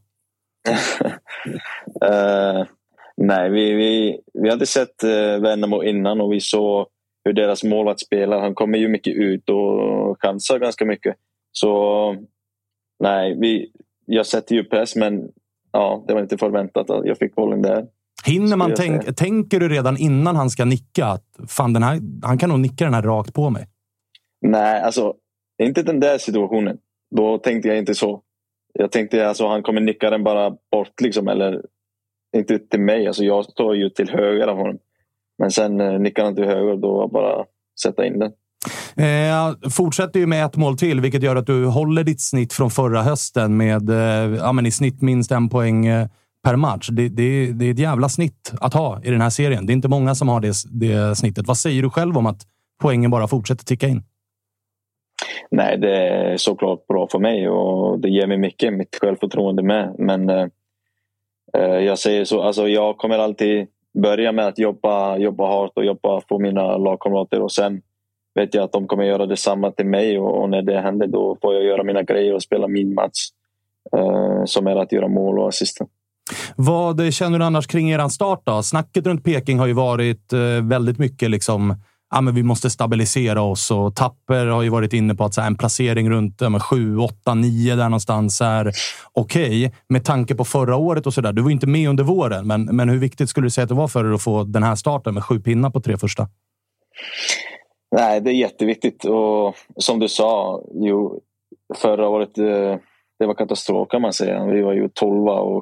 Nej, vi hade sett Värnamo innan och vi såg hur deras målvakt spelar. Han kommer ju mycket ut och chansar ganska mycket. Så nej, jag sätter ju press, men det var inte förväntat att jag fick bollen där. Hinner man tänker du redan innan han ska nicka att fan, han kan nog nicka den här rakt på mig? Nej, alltså inte den där situationen. Då tänkte jag inte så. Jag tänkte alltså han kommer nicka den bara bort liksom, eller inte till mig. Alltså jag står ju till höger av honom. Men sen nickar han till höger och då bara sätta in den. Fortsätter ju med 1 mål till, vilket gör att du håller ditt snitt från förra hösten med i snitt minst 1 poäng per match. Det är ett jävla snitt att ha i den här serien. Det är inte många som har det snittet. Vad säger du själv om att poängen bara fortsätter ticka in? Nej, det är såklart bra för mig och det ger mig mycket, mitt självförtroende med. Men jag säger så, alltså jag kommer alltid börja med att jobba hårt och jobba för mina lagkamrater, och sen vet jag att de kommer göra detsamma till mig, och när det händer då får jag göra mina grejer och spela min match som är att göra mål och assista. Vad känner du annars kring eran start då? Snacket runt Peking har ju varit väldigt mycket liksom, men vi måste stabilisera oss, och Tapper har ju varit inne på att så här, en placering runt 7, 8, 9 där någonstans är okej. Med tanke på förra året och sådär. Du var inte med under våren, men hur viktigt skulle du säga att det var för er att få den här starten med 7 pinnar på 3 första? Nej, det är jätteviktigt, och som du sa, förra året det var katastrof kan man säga. Vi var ju 12 och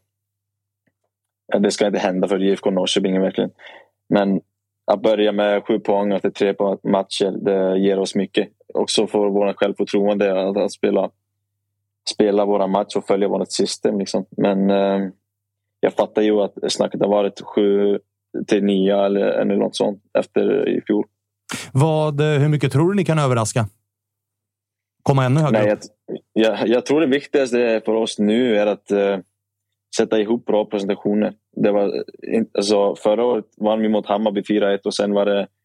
det ska inte hända för IFK Norrköping verkligen. Men att börja med 7 poäng efter 3 matcher, det ger oss mycket. Också för våra självförtroende att spela våra matcher och följa vårt system. Liksom. Men jag fattar ju att snacket har varit 7-9 eller något sånt efter i fjol. Hur mycket tror du ni kan överraska? Komma ännu högre? Nej, jag tror det viktigaste för oss nu är att sätta ihop bra presentationer. Det var, alltså, förra året vann vi mot Hammarby 4-1 och sen var det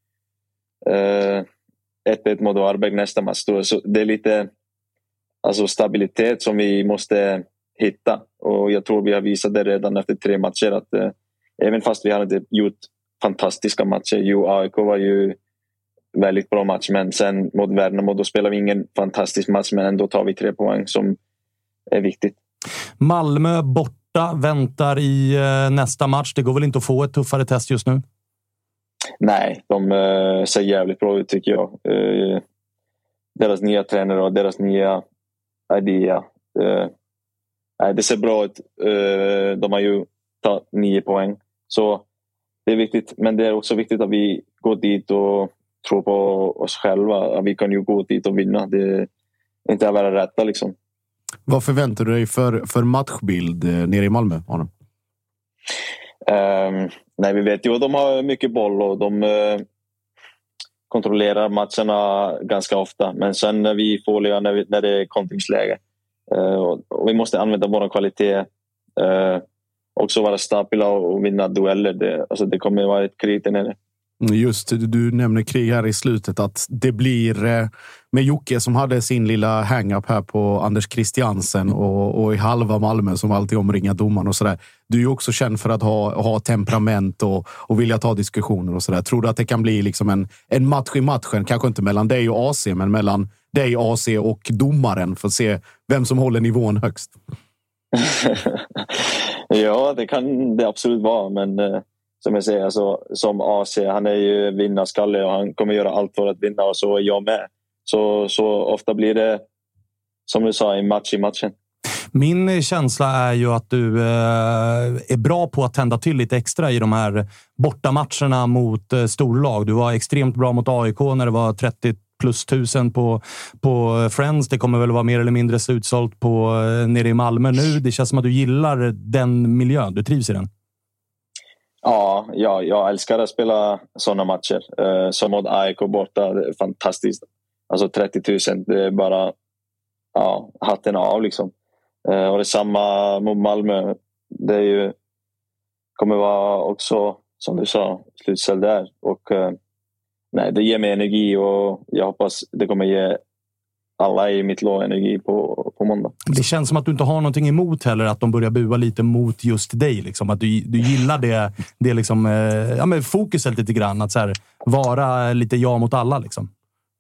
1-1 mot Varberg nästa match. Så det är lite stabilitet som vi måste hitta, och jag tror vi har visat det redan efter 3 matcher att även fast vi har inte gjort fantastiska matcher. AIK var ju väldigt bra match, men sen mot Värnamo då spelar vi ingen fantastisk match, men ändå tar vi 3 poäng som är viktigt. Malmö borta väntar i nästa match. Det går väl inte att få ett tuffare test just nu? Nej, de ser jävligt bra ut tycker jag. Deras nya tränare och deras nya idé. Det ser bra ut. De har ju tagit 9 poäng. Så det är viktigt, men det är också viktigt att vi går dit och tror på oss själva. Att vi kan ju gå dit och vinna. Det är inte att vara rätta liksom. Vad förväntar du dig för matchbild nere i Malmö, Arne? Nej, vi vet ju att de har mycket boll och de kontrollerar matcherna ganska ofta. Men sen är vi farliga när det är kontringsläge. Och vi måste använda vår kvalitet. Också vara stabila och vinna dueller. Det kommer vara ett krig där nere. Just du nämner krig här i slutet, att det blir med Jocke som hade sin lilla hang-up här på Anders Christiansen och i halva Malmö som alltid omringar domaren och sådär. Du är ju också känd för att ha temperament och vilja ta diskussioner och sådär. Tror du att det kan bli liksom en match i matchen, kanske inte mellan dig och AC, men mellan dig, AC och domaren för att se vem som håller nivån högst? Ja, det kan det absolut vara, men som jag säger, alltså, som AC, han är ju vinnarskalle och han kommer göra allt för att vinna, och så är jag med. Så ofta blir det, som du sa, en match i matchen. Min känsla är ju att du är bra på att tända till lite extra i de här bortamatcherna mot storlag. Du var extremt bra mot AIK när det var 30 plus 1000 på Friends. Det kommer väl vara mer eller mindre slutsålt nere i Malmö nu. Det känns som att du gillar den miljön. Du trivs i den. Ja, jag älskar att spela sådana matcher. Som mot AIK borta, det är fantastiskt. Alltså 30 000, det är bara hatten av liksom. Och det är samma mot Malmö. Det är ju, kommer vara också, som du sa, slutsålt där. Och nej, det ger mig energi och jag hoppas det kommer ge alla i mitt lag energi på måndag. Det känns som att du inte har någonting emot heller att de börjar bua lite mot just dig. Liksom. Att du gillar det liksom, men fokuset lite grann. Att så här, vara lite jag mot alla liksom.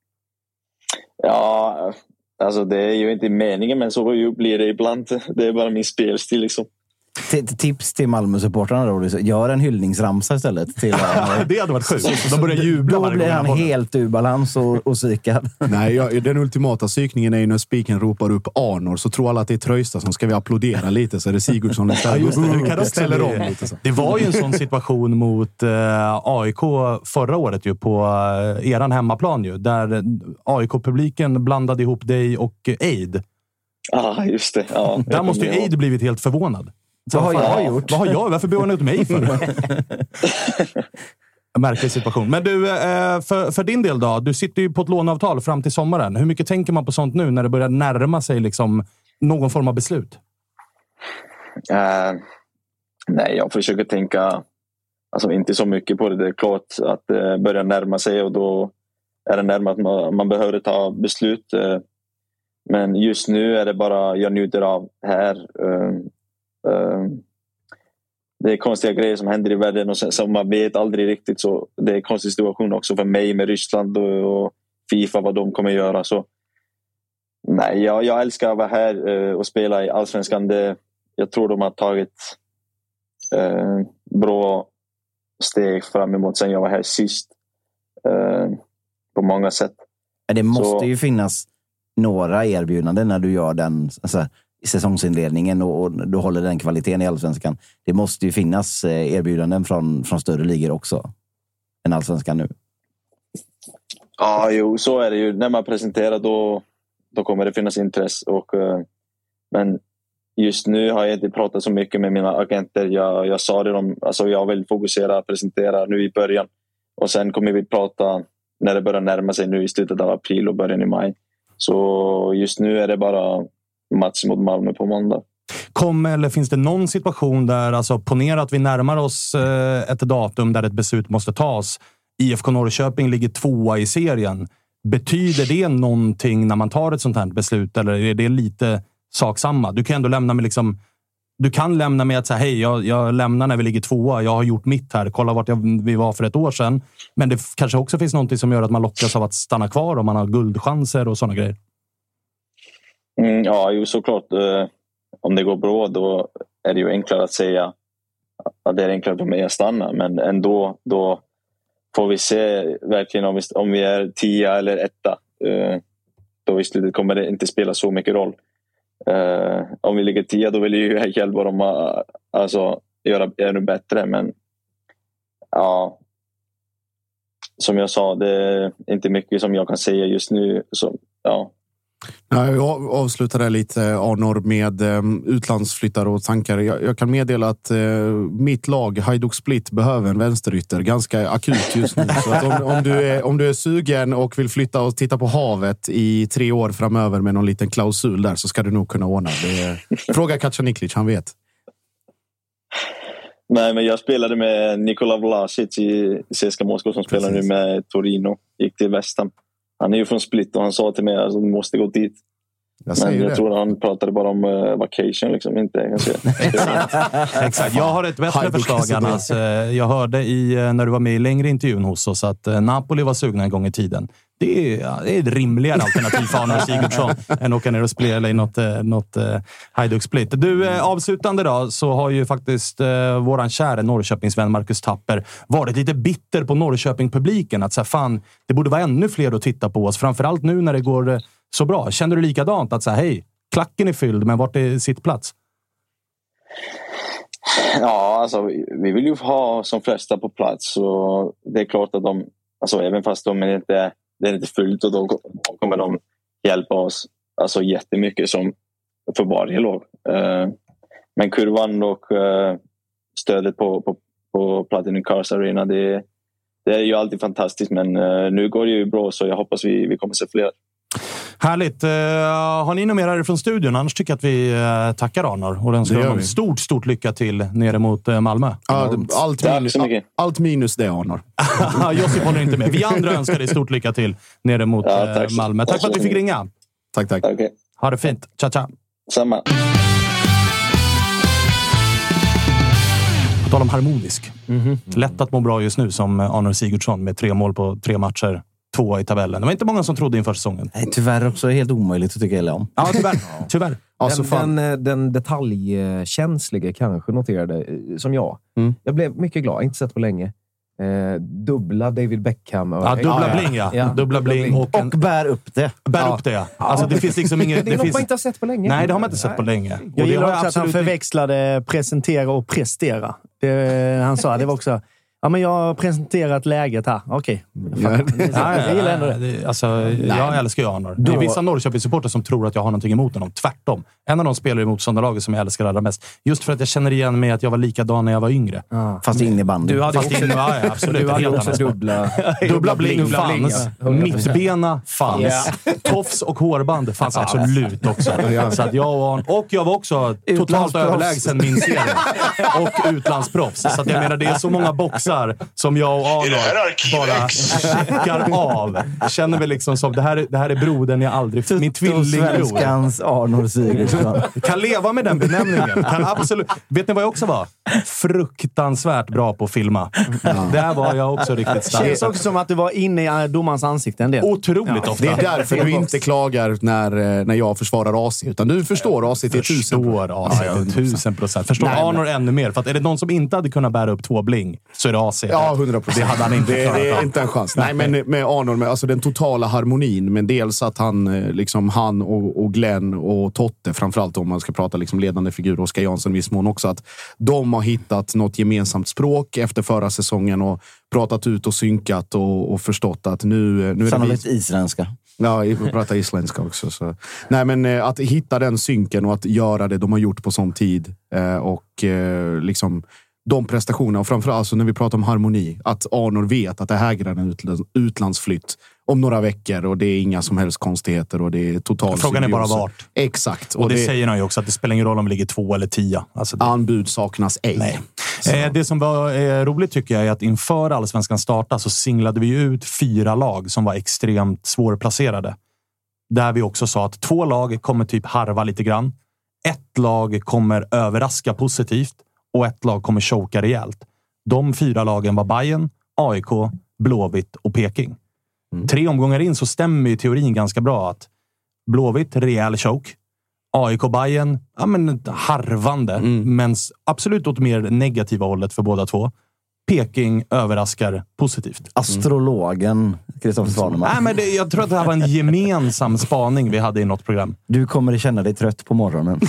Ja, alltså det är ju inte meningen, men så blir det ibland. Det är bara min spelstil liksom. Tips till Malmö-supportrarna då. Gör en hyllningsramsa istället. Till, det hade varit sjukt. De börjar jubla. Då blir han helt ur balans och psykad. Nej, den ultimata psykningen är ju när spiken ropar upp Arnor, så tror alla att det är Tröjstad som ska vi applådera lite, så är det Sigurdsson ställer om lite så. Det var ju en sån situation mot AIK förra året ju på eran hemmaplan ju, där AIK-publiken blandade ihop dig och Eid. Ja, just det. Ja, där måste ju Eid blivit helt förvånad. Vad har jag gjort? Vad har jag? Varför bjöd han ut mig för? Märklig situation. Men du, för din del då? Du sitter ju på ett låneavtal fram till sommaren. Hur mycket tänker man på sånt nu när det börjar närma sig liksom någon form av beslut? Nej, jag försöker tänka alltså inte så mycket på det. Det är klart att det börjar närma sig och då är det närmare att man behöver ta beslut. Men just nu är det bara jag njuter av här. Det är konstiga grejer som händer i världen och som man vet aldrig riktigt, så det är en konstig situation också för mig med Ryssland och FIFA, vad de kommer göra. Så nej, jag älskar att vara här och spela i Allsvenskan. Jag tror de har tagit bra steg fram emot sen jag var här sist på många sätt. Det måste ju finnas några erbjudanden när du gör den säsongsinledningen och du håller den kvaliteten i Allsvenskan. Det måste ju finnas erbjudanden från större ligor också än Allsvenskan nu. Ja, jo, så är det ju. När man presenterar då kommer det finnas intresse. Men just nu har jag inte pratat så mycket med mina agenter. Jag sa det, alltså jag vill fokusera, presentera nu i början. Och sen kommer vi prata när det börjar närma sig nu i slutet av april och början i maj. Så just nu är det bara match mot Malmö på måndag. Eller finns det någon situation där, alltså ponera att vi närmar oss ett datum där ett beslut måste tas. IFK Norrköping ligger 2:a i serien. Betyder det någonting när man tar ett sånt här beslut, eller är det lite saksamma? Du kan ändå lämna med liksom, du kan lämna med att säga hej, jag lämnar när vi ligger 2:a. Jag har gjort mitt här. Kolla vart vi var för ett år sedan. Men det kanske också finns någonting som gör att man lockas av att stanna kvar om man har guldchanser och sådana grejer. Ja, ju såklart. Om det går bra då är det ju enklare att säga att det är enklare för mig att stanna. Men ändå då får vi se verkligen om vi är 10 eller 1:a. Då i slutet kommer det inte spela så mycket roll. Om vi ligger 10 då vill ju hjälpa dem att alltså, göra ännu bättre. Men ja, som jag sa, det är inte mycket som jag kan säga just nu. Så, ja. Jag avslutar där lite, Arnor, med utlandsflyttar och tankar. Jag kan meddela att mitt lag, Hajduk Split, behöver en vänsterytter. Ganska akut just nu. Så att om du är sugen och vill flytta och titta på havet i 3 år framöver med någon liten klausul där, så ska du nog kunna ordna det. Fråga Kacaniklic, han vet. Nej, men jag spelade med Nikola Vlasic i CSKA Moskva som spelar nu med Torino. Gick till West Ham. Han är ju från Split och han sa till mig att du måste gå dit. Jag tror han pratade bara om vacation, liksom. Inte Exakt. Jag har ett bättre förslag, Annas. Jag hörde när du var med i längre intervjun hos oss att Napoli var sugna en gång i tiden. Det är ett rimligare alternativ för Arne Sigurdsson än att åka ner och spela i något Hajduk Split. Du, avslutande då, så har ju faktiskt våran kära Norrköpingsvän Marcus Tapper varit lite bitter på Norrköping-publiken. Att så här, fan, det borde vara ännu fler att titta på oss. Framförallt nu när det går så bra. Känner du likadant? Att säga, hej, klacken är fylld, men vart är sitt plats? Ja, alltså vi vill ju ha som flesta på plats. Och det är klart att de, alltså även fast det är inte fyllt, och då kommer de hjälpa oss alltså jättemycket som för varje lag. Men kurvan och stödet på Platinum Cars Arena, det är ju alltid fantastiskt, men nu går det ju bra, så jag hoppas vi kommer se fler. Härligt. Har ni något mer här från studion? Annars tycker jag att vi tackar Arnor och den ska ha stort lycka till nere mot Malmö. Allt minus det, Arnor. Josip håller inte med. Vi andra önskar dig stort lycka till nere mot Malmö. Tack för att vi fick ringa. Tack. Okay. Ha det fint. Ciao. Samma. På tal om harmonisk. Lätt att må bra just nu som Arne Sigurdsson med 3 mål på 3 matcher. 2 i tabellen. Det var inte många som trodde inför säsongen. Nej, tyvärr också helt omöjligt att tycka illa om. Ja, tyvärr. Alltså, den detaljkänsliga kanske noterade, som jag. Jag blev mycket glad. Inte sett på länge. Dubbla David Beckham. Dubbla bling, ja. Dubbla bling. Och bär upp det. Ja. Alltså, det finns liksom inget... Det har man inte sett på länge. Nej, det har man inte sett på länge. Jag gillar också att han förväxlade presentera och prestera. Han sa det var också... Ja, men jag har presenterat läget här. Okej. Jag gillar ändå det. Alltså, jag älskar ju Arnor. Det är vissa Norrköpingssupporter som tror att jag har någonting emot honom. Tvärtom. En av de spelare i motståndarlaget som jag älskar allra mest. Just för att jag känner igen mig att jag var likadan när jag var yngre. Fast innebandy. Du hade också, absolut. Du hade också dubbla bling fanns. Mittbena fanns. Tofs och hårband fanns absolut också. Så att jag och Arn, och jag var också totalt överlägsen min serie. Och utlandsproffs. Så att jag menar, det är så många boxar som jag och Arnor bara checkar av. Jag känner mig liksom som det här är brodern jag aldrig... Min tvillingbror. Svenskans Arnor Sigurdsson. Kan leva med den benämningen. Kan absolut... Vet ni vad jag också var? Fruktansvärt bra på att filma. Där var jag också riktigt stark. Det känns också som att du var inne i domarens ansikte en del. Otroligt ofta. Det är därför du inte klagar när jag försvarar AC, utan du förstår AC till 1000%. Förstår AC till 1000%. Förstår Arnor ännu mer. För att är det någon som inte hade kunnat bära upp 2 bling, så är det AC. Ja, 100%. Det hade han inte klarat. Det är inte en chans. Nej, men med Arnor, med alltså den totala harmonin, men dels att han och Glenn och Totte, framförallt om man ska prata liksom ledande figur, Oskar Jansson viss mån också, att de har hittat något gemensamt språk efter förra säsongen och pratat ut och synkat och förstått att nu är det sannolikt isländska. Ja, jag pratar isländska också. Så. Nej, men att hitta den synken och att göra det de har gjort på sån tid och liksom de prestationerna, och framförallt alltså när vi pratar om harmoni, att Arnor vet att det här är en utlandsflytt om några veckor och det är inga som helst konstigheter och det är totalt. Frågan är bara vart. Exakt. Och det säger han ju också, att det spelar ingen roll om det ligger 2 eller 10. Alltså anbud saknas ej. Nej. Det som var roligt tycker jag är att inför Allsvenskan starta så singlade vi ut 4 lag som var extremt svårplacerade. Där vi också sa att 2 lag kommer typ harva lite grann. 1 lag kommer överraska positivt. Och 1 lag kommer choka rejält. De 4 lagen var Bayern, AIK, Blåvitt och Peking. 3 omgångar in så stämmer ju teorin ganska bra att Blåvitt, rejäl choke. AIK och Bayern, ja men harvande. Men absolut åt mer negativa hållet för båda 2. Peking överraskar positivt. Astrologen Kristoffer Svaneman. Nej, men jag tror att det här var en gemensam spaning vi hade i något program. Du kommer att känna dig trött på morgonen.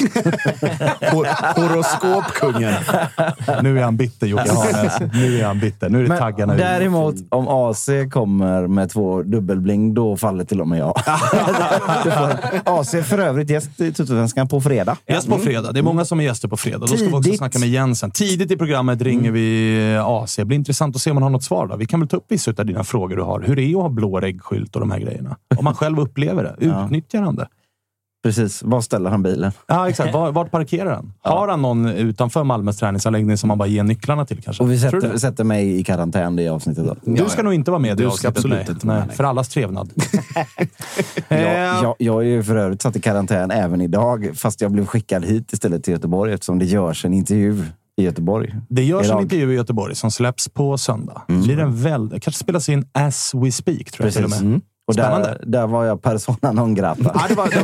Horoskopkungen. Nu är han bitter, Jocke Harnes. Nu är han bitter. Nu är det taggarna. Däremot, om AC kommer med 2 dubbelbling, då faller till och med jag. AC för övrigt gäst i Tuttosvenskan på fredag. Gäst på fredag. Det är många som är gäster på fredag. Då ska vi också snacka med Jensen. Tidigt i programmet ringer vi AC. Det blir intressant att se om man har något svar då. Vi kan väl ta upp vissa av dina frågor du har. Hur är det att ha blå reggskylt och de här grejerna? Om man själv upplever det. Utnyttjar han det? Precis. Var ställer han bilen? Ja, exakt. Vart parkerar han? Har han någon utanför Malmös träningsanläggning som man bara ger nycklarna till kanske? Och vi sätter mig i karantän i avsnittet då. Du ska nog inte vara med i det avsnittet. Absolut inte. Nej, för allas trevnad. Jag är ju för övrigt satt i karantän även idag, fast jag blev skickad hit istället till Göteborg eftersom det görs en intervju i Göteborg. Det görs en intervju i Göteborg som släpps på söndag. Blir den kanske spelas in as we speak, tror jag till och med. Och där var jag persona non grata.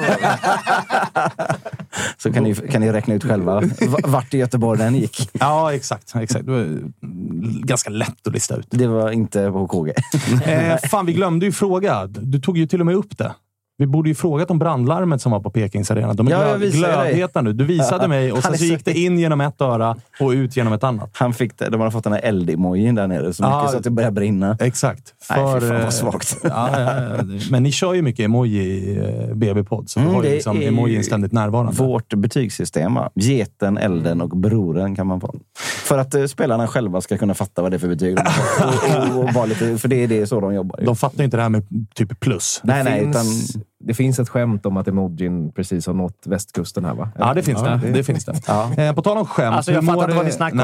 Så kan ni räkna ut själva vart i Göteborg den gick. Ja, exakt. Det var ganska lätt att lista ut. Det var inte på KG. Fan, vi glömde ju fråga. Du tog ju till och med upp det. Vi borde ju frågat om brandlarmet som var på Pekings arena. De är glödheta nu. Du visade mig och sen så gick det in genom ett öra och ut genom ett annat. Han fick det. De hade fått den här eld-emojin där nere så mycket så att det började brinna. Exakt. Nej, fy fan vad svagt. Men ni kör ju mycket emoji i BB-podd. Så har ju liksom emojin ständigt närvarande. Vårt betygssystem, va? Geten, elden och broren kan man få. För att spelarna själva ska kunna fatta vad det är för betyg. och vara lite, för det är så de jobbar. De fattar inte det här med typ plus. Nej, utan... Det finns ett skämt om att emojin precis har nått västkusten här, va? Ja, det finns det. Det finns det. Ja. På tal om skämt. Alltså, jag fattar inte vad ni snackar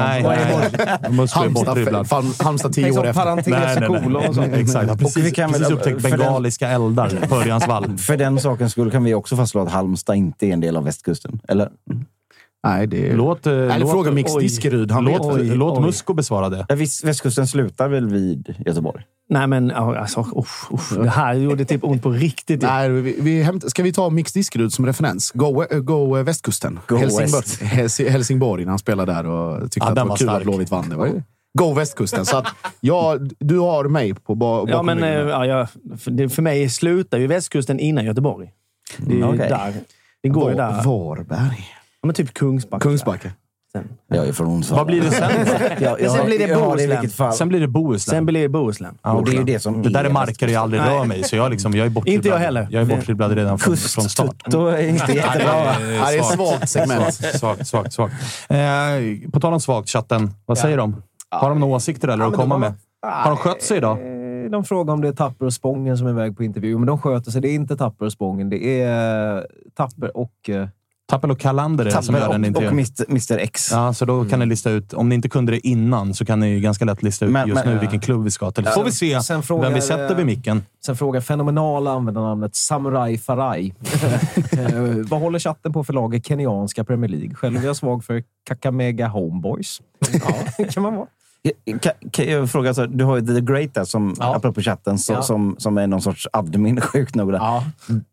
om. Halmstad 10 år efter. Parentes och kolon och sånt. Exakt. Precis upptäckt bengaliska eldar på Örjans vall. För den sakens skull kan vi också fastslå att Halmstad inte är en del av västkusten. Eller? Nej, det är... fråga Mix Diskerud. Låt Musko besvara det. Västkusten slutar väl vid Göteborg? Nej, men alltså, det här gjorde typ ont på riktigt. Nej, ska vi ta Mix Diskerud som referens? Go västkusten. Helsingborg när han spelade där och tyckte att det var kul att Blåvitt vann. Det var ju Go västkusten. Så att, du har mig på bakom för mig slutar ju västkusten innan Göteborg. Det är där. Det går ju där. Varberg. Ja, men typ Kungsbacka. Jag är från Onsala. Vad blir det sen? Sen blir det Bohuslän. Sen blir det Bohuslän. Ja, och det är ju det som... Det där är marker jag aldrig rör mig, så jag är bortdribblad. Inte jag heller. Jag är bortdribblad redan från start. Då är inte jättebra. Det är ett svagt segment. Svagt. På tal om svagt, chatten. Vad säger de? Har de några åsikter eller att komma med? Har de skött sig idag? De frågar om det är Tapper och Spången som är iväg på intervju. Men de sköter sig. Det är inte Tapper och Spången. Det är Tapper och... Tappel och Kalander är det som gör den intervjun. Och Mr. X. Ja, så då kan ni lista ut. Om ni inte kunde det innan så kan ni ganska lätt lista ut just nu vilken klubb vi ska till. Får vi se vem vi sätter vid micken. Sen frågar fenomenala användarnamnet Samurai Farai. Vad håller chatten på för lag i kenyanska Premier League? Själv är jag svag för Kakamega Homeboys. Ja, kan man vara. Kan jag fråga, alltså, du har ju The Great där som, apropå chatten, som är någon sorts admin, sjukt nog. Ja.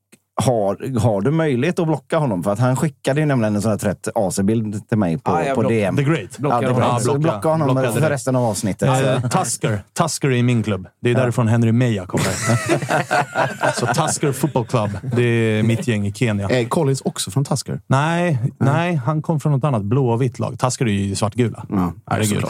Har du möjlighet att blocka honom? För att han skickade ju nämligen en sån här trött AC-bild till mig på DM. The Great. Blocka honom för resten av avsnittet. Tusker är min klubb. Det är därifrån Henry Meja kommer. Så Tusker Football Club. Det är mitt gäng i Kenya. Är Collins också från Tusker? Nej, han kom från något annat blåvitt lag. Tusker är ju svartgula. Herregud.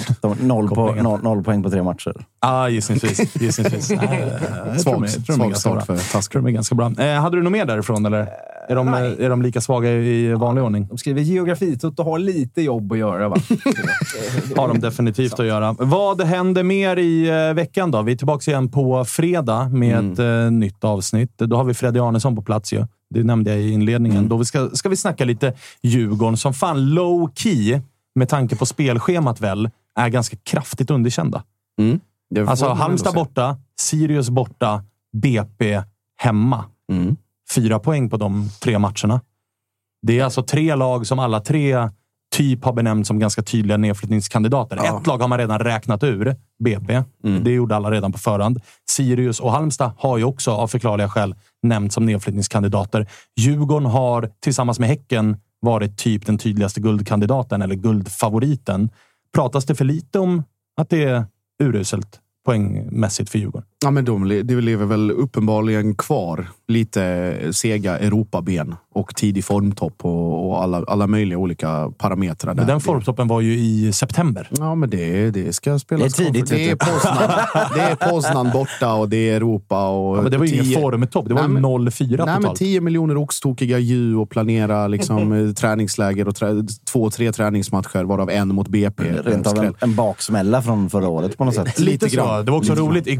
0 poäng på 3 matcher. Gissningsvis. Svag start för Tusker. De är ganska bra. Hade du något mer därifrån, eller är de lika svaga i vanlig ordning? De skriver geografitut och har lite jobb att göra, va? Har de definitivt att göra. Vad händer mer i veckan då? Vi är tillbaka igen på fredag med ett nytt avsnitt. Då har vi Freddy Arnesson på plats ju. Det nämnde jag i inledningen. Då ska vi snacka lite Djurgården som fan low key, med tanke på spelschemat väl, är ganska kraftigt underkända. Alltså Halmstad borta, Sirius borta, BP hemma. 4 poäng på de 3 matcherna. Det är alltså 3 lag som alla 3 typ har benämnt som ganska tydliga nedflyttningskandidater. Ett lag har man redan räknat ur, BP. Det gjorde alla redan på förhand. Sirius och Halmstad har ju också av förklarliga skäl nämnt som nedflyttningskandidater. Djurgården har tillsammans med Häcken varit typ den tydligaste guldkandidaten eller guldfavoriten. Pratas det för lite om att det är uruselt poängmässigt för Djurgården? Ja, men det lever väl uppenbarligen kvar lite sega Europaben och tidig formtopp och alla möjliga olika parametrar där. Men den formtoppen var ju i september. Ja, men det ska spelas. Det är tidigt. Det är Poznan borta och det är Europa. Och men det var ju ingen formtopp. Det var 0-4 totalt. Nej, men 10 miljoner oxtokiga djur och planera liksom träningsläger och 2-3 träningsmatcher, varav en mot BP. Rent av en baksmälla från förra året på något sätt. Lite grann. Det var också roligt. Igår i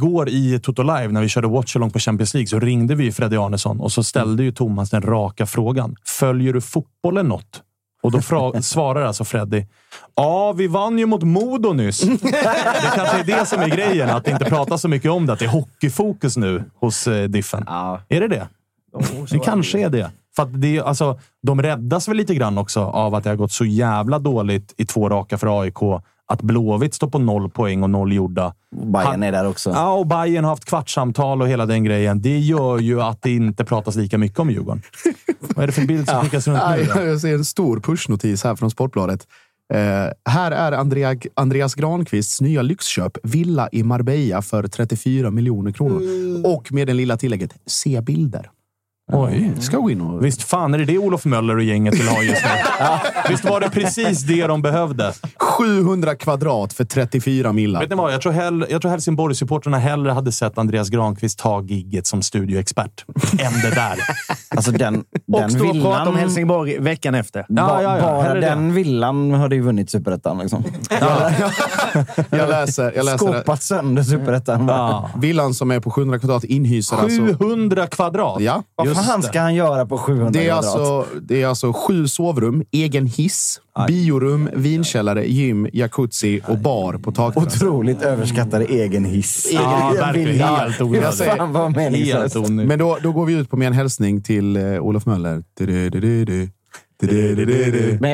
i Toto Live när vi körde Watchalong på Champions League så ringde vi Freddy Arnesson och så ställde ju Thomas den raka frågan. Följer du fotbollen något? Och då svarar alltså Freddy: ja, vi vann ju mot Modo nyss. Det kanske är det som är grejen, att det inte pratas så mycket om det. Att det är hockeyfokus nu hos Diffen. Ja. Är det det? Det kanske är det. För att det, alltså, de räddas väl lite grann också av att det har gått så jävla dåligt i 2 raka för AIK. Att Blåvitt står på 0 poäng och 0 gjorda. Bayern är där också. Ja, och Bayern har haft kvartssamtal och hela den grejen. Det gör ju att det inte pratas lika mycket om Djurgården. Vad är det för bild som skickas runt nu? Jag ser en stor pushnotis här från Sportbladet. Här är Andreas Granqvists nya lyxköp. Villa i Marbella för 34 miljoner kronor. Och med den lilla tillägget, se bilder. Oj. Ska gå in och... Visst fan är det Olof Möller och gänget vill ha just nu. Visst var det precis det de behövde. 700 kvadrat för 34 millar. Vet ni vad? Jag tror Helsingborg-supporterna hellre hade sett Andreas Granqvist ta gigget som studioexpert än det där. Alltså den och stå och villan... prata om Helsingborg veckan efter. Bara den villan hade ju vunnit Superettan liksom. Jag läser skåpat sönder Superettan. Ja. Villan som är på 700 kvadrat inhyser 700 kvadrat? Ja. Vad fan ska han göra på 700 kvadrat? Det är alltså 7 sovrum, egen hiss, biorum, vinkällare, gym, jacuzzi och bar på taket. Otroligt överskattade egen hiss. Ja, verkligen. Helt onödigt. Men då går vi ut på med en hälsning till Olof Möller. Men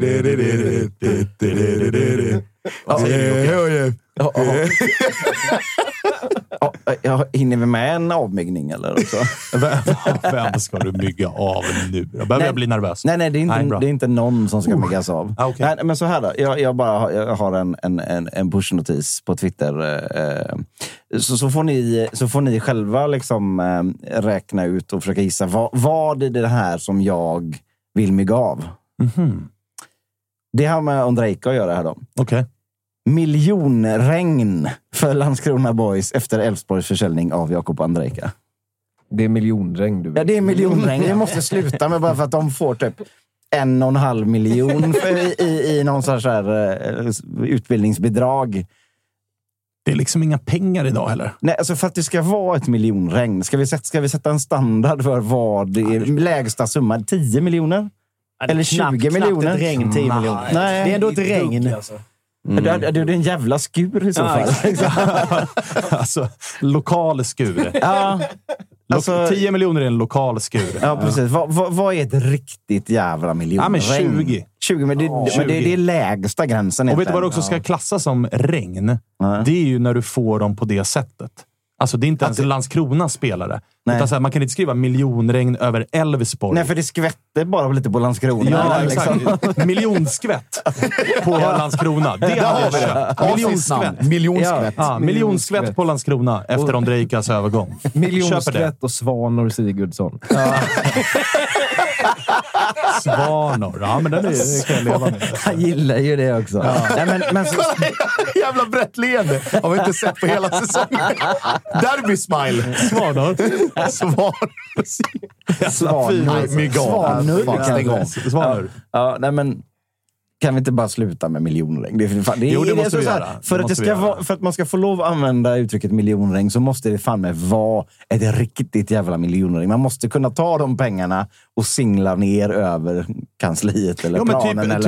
jag hinner vi med en avmyggning eller också? Vem ska du mygga av nu? Jag börjar bli nervös. Nej, det är inte någon som ska myggas av. Okay. Nej, men så här då. Jag har en pushnotis på Twitter. Så får ni själva liksom räkna ut och försöka gissa vad är det här som jag vill mygga av. Mm-hmm. Det har med Ondrejka att göra här då. Okej. Miljonregn för Landskrona Boys efter Elfsborgs försäljning av Jakob Ondrejka. Det är miljonregn du vill. Ja, det är miljonregn. Vi måste sluta med bara för att de får typ 1,5 miljon i någon sorts här utbildningsbidrag. Det är liksom inga pengar idag heller. Nej, alltså för att det ska vara ett miljonregn. Ska vi sätta en standard för vad det är lägsta summa? 10 miljoner? Eller 20 miljoner? Knappt ett regn, 10 miljoner. Nej, det är ändå ett regn. Alltså. Det är en jävla skur i så fall. Alltså, lokal skur. Ja. Alltså, 10 miljoner är en lokal skur. Ja, precis. Vad är ett riktigt jävla miljon? Ja, men 20. 20, men det är lägsta gränsen. Och vet du vad det också ska klassas som regn? Det är ju när du får dem på det sättet. Alltså det är inte ens Landskrona spelare. Utan så här, man kan inte skriva miljonregn över Elfsborg. Nej, för det skvätter bara lite på Landskrona. Ja, exakt. Miljonskvätt på Landskrona. Det har vi det. Miljonskvätt. Ja, miljonskvätt på Landskrona efter Ondrejkas övergång. Miljonskvätt och Svanor Sigurdsson. Ja. Svanor. Ja, men det kan jag leva med. Han gillar ju det också. Ja. Nej, men så... Jävla brett leende. Har vi inte sett på hela säsongen. Derby smile. Svanor. Svanor. Ja, nej men kan vi inte bara sluta med miljonregn? Det måste vi göra. För att man ska få lov att använda uttrycket miljonregn så måste det fan med vara ett riktigt jävla miljonregn. Man måste kunna ta de pengarna och singla ner över kansliet eller planen.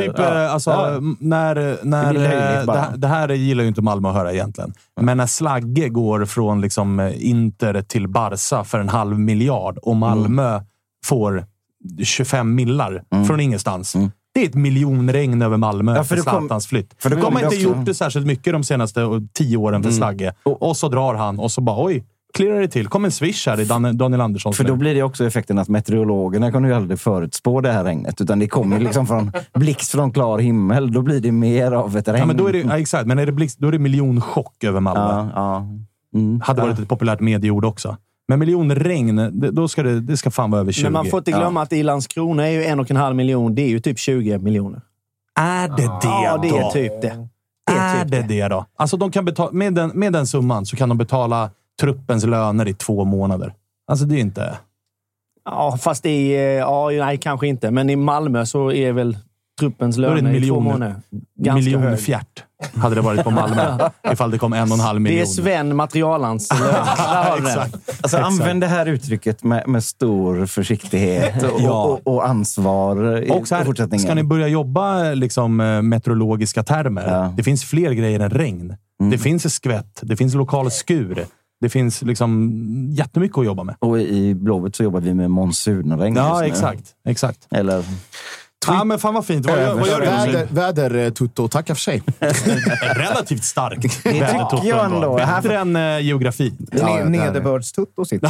Det här gillar ju inte Malmö att höra egentligen. Men när Slagge går från liksom Inter till Barca för 500 miljoner och Malmö får 25 millar från ingenstans. Det är ett miljonregn över Malmö för Zlatans flytt. För de har inte gjort det särskilt mycket de senaste 10 åren för Slagge. Och så drar han och så bara, oj, klirrar det till. Kom en swish här i Daniel Andersson. För då blir det också effekten att meteorologerna kan ju aldrig förutspå det här regnet. Utan det kommer liksom från blixt från klar himmel. Då blir det mer av ett regn. Ja, men då är det, exakt. Men är det blixt, då är det miljonchock över Malmö. Hade varit ett populärt medieord också. Men miljonregn, då ska det ska fan vara över 20. Men man får inte glömma att i Landskrona är ju 1,5 miljon. Det är ju typ 20 miljoner. Är det det Ja, det är då? typ det. Är det då? Alltså de kan betala, med den summan så kan de betala truppens löner i 2 månader. Alltså det är inte... Ja, fast nej, kanske inte. Men i Malmö så är väl truppens löner i 2 månader. Miljonfjärt hade det varit på Malmö ifall det kom 1,5 miljon. Det är Sven Materialans lön. Exakt. Alltså, använd det här uttrycket med stor försiktighet och ansvar i fortsättningen. Ska ni börja jobba liksom, meteorologiska termer? Ja. Det finns fler grejer än regn. Det finns skvätt. Det finns lokal skur. Det finns liksom jättemycket att jobba med. Och i Blåvitt så jobbar vi med monsunregn. Ja, exakt. Eller... Ja, men fan vad fint. Vad gör du? Väder, Tutto, tackar för sig. Relativt stark. Det tycker jag ändå. Bättre än geografi. Nederbördstutto sitter.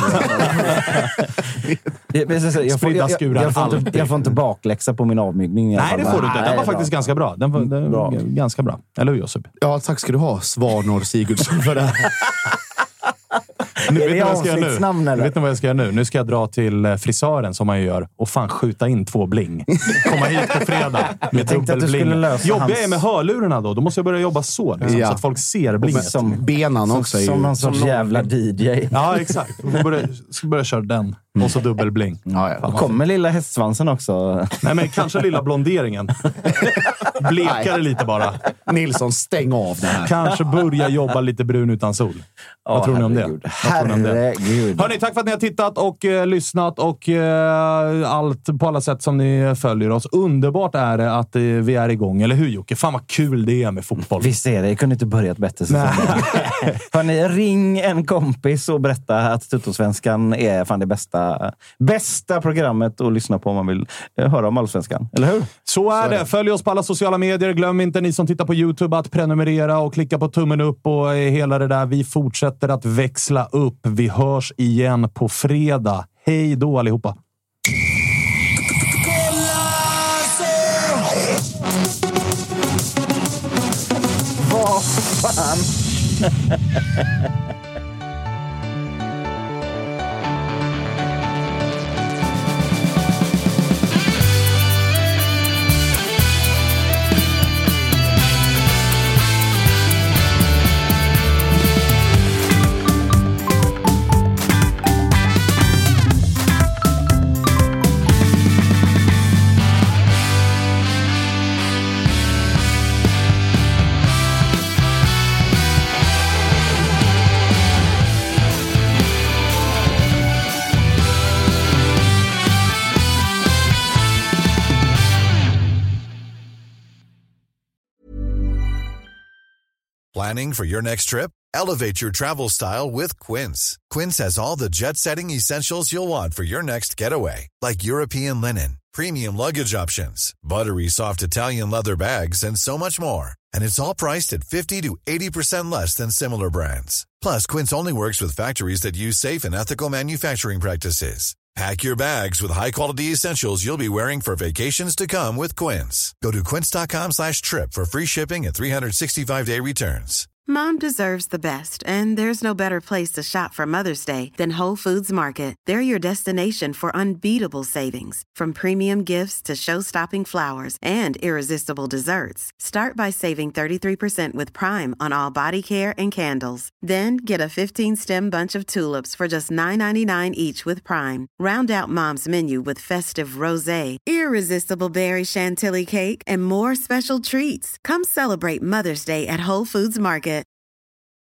Jag får inte bakläxa på min avmygning. Nej, det får du inte. Den var faktiskt ganska bra. Den var ganska bra. Eller hur, Josip? Ja, tack ska du ha, Svanor Sigurdsson, för det här. Vet ni vad jag ska göra nu? Nu ska jag dra till frisören som man gör och fan skjuta in 2 bling. Komma hit på fredag med dubbelbling. Jobbar jag med hörlurarna då måste jag börja jobba så att folk ser blinget. Som benan också. Som någon sorts jävla DJ. Ja, exakt. Ska börja köra den. Och så dubbelbling. Och kommer lilla hästsvansen också? Nej, men kanske lilla blonderingen. Blekar lite bara. Nilsson, stäng av det här. Kanske börja jobba lite brun utan sol. Vad tror ni om det? Herregud. Hörrni, tack för att ni har tittat och lyssnat och allt på alla sätt som ni följer oss. Underbart är det att vi är igång. Eller hur, Jocke? Fan vad kul det är med fotboll. Visst är det. Jag kunde inte börjat bättre. Hörni, ring en kompis och berätta att Tuttosvenskan är fan det bästa programmet att lyssna på om man vill höra om Allsvenskan. Eller hur? Så är det. Följ oss på alla sociala medier. Glöm inte, ni som tittar på YouTube, att prenumerera och klicka på tummen upp och hela det där. Vi fortsätter att växla upp. Vi hörs igen på fredag. Hej då allihopa! Vad fan? Planning for your next trip? Elevate your travel style with Quince. Quince has all the jet-setting essentials you'll want for your next getaway, like European linen, premium luggage options, buttery soft Italian leather bags, and so much more. And it's all priced at 50 to 80% less than similar brands. Plus, Quince only works with factories that use safe and ethical manufacturing practices. Pack your bags with high-quality essentials you'll be wearing for vacations to come with Quince. Go to quince.com/trip for free shipping and 365-day returns. Mom deserves the best, and there's no better place to shop for Mother's Day than Whole Foods Market. They're your destination for unbeatable savings, from premium gifts to show-stopping flowers and irresistible desserts. Start by saving 33% with Prime on all body care and candles. Then get a 15-stem bunch of tulips for just $9.99 each with Prime. Round out Mom's menu with festive rosé, irresistible berry chantilly cake, and more special treats. Come celebrate Mother's Day at Whole Foods Market.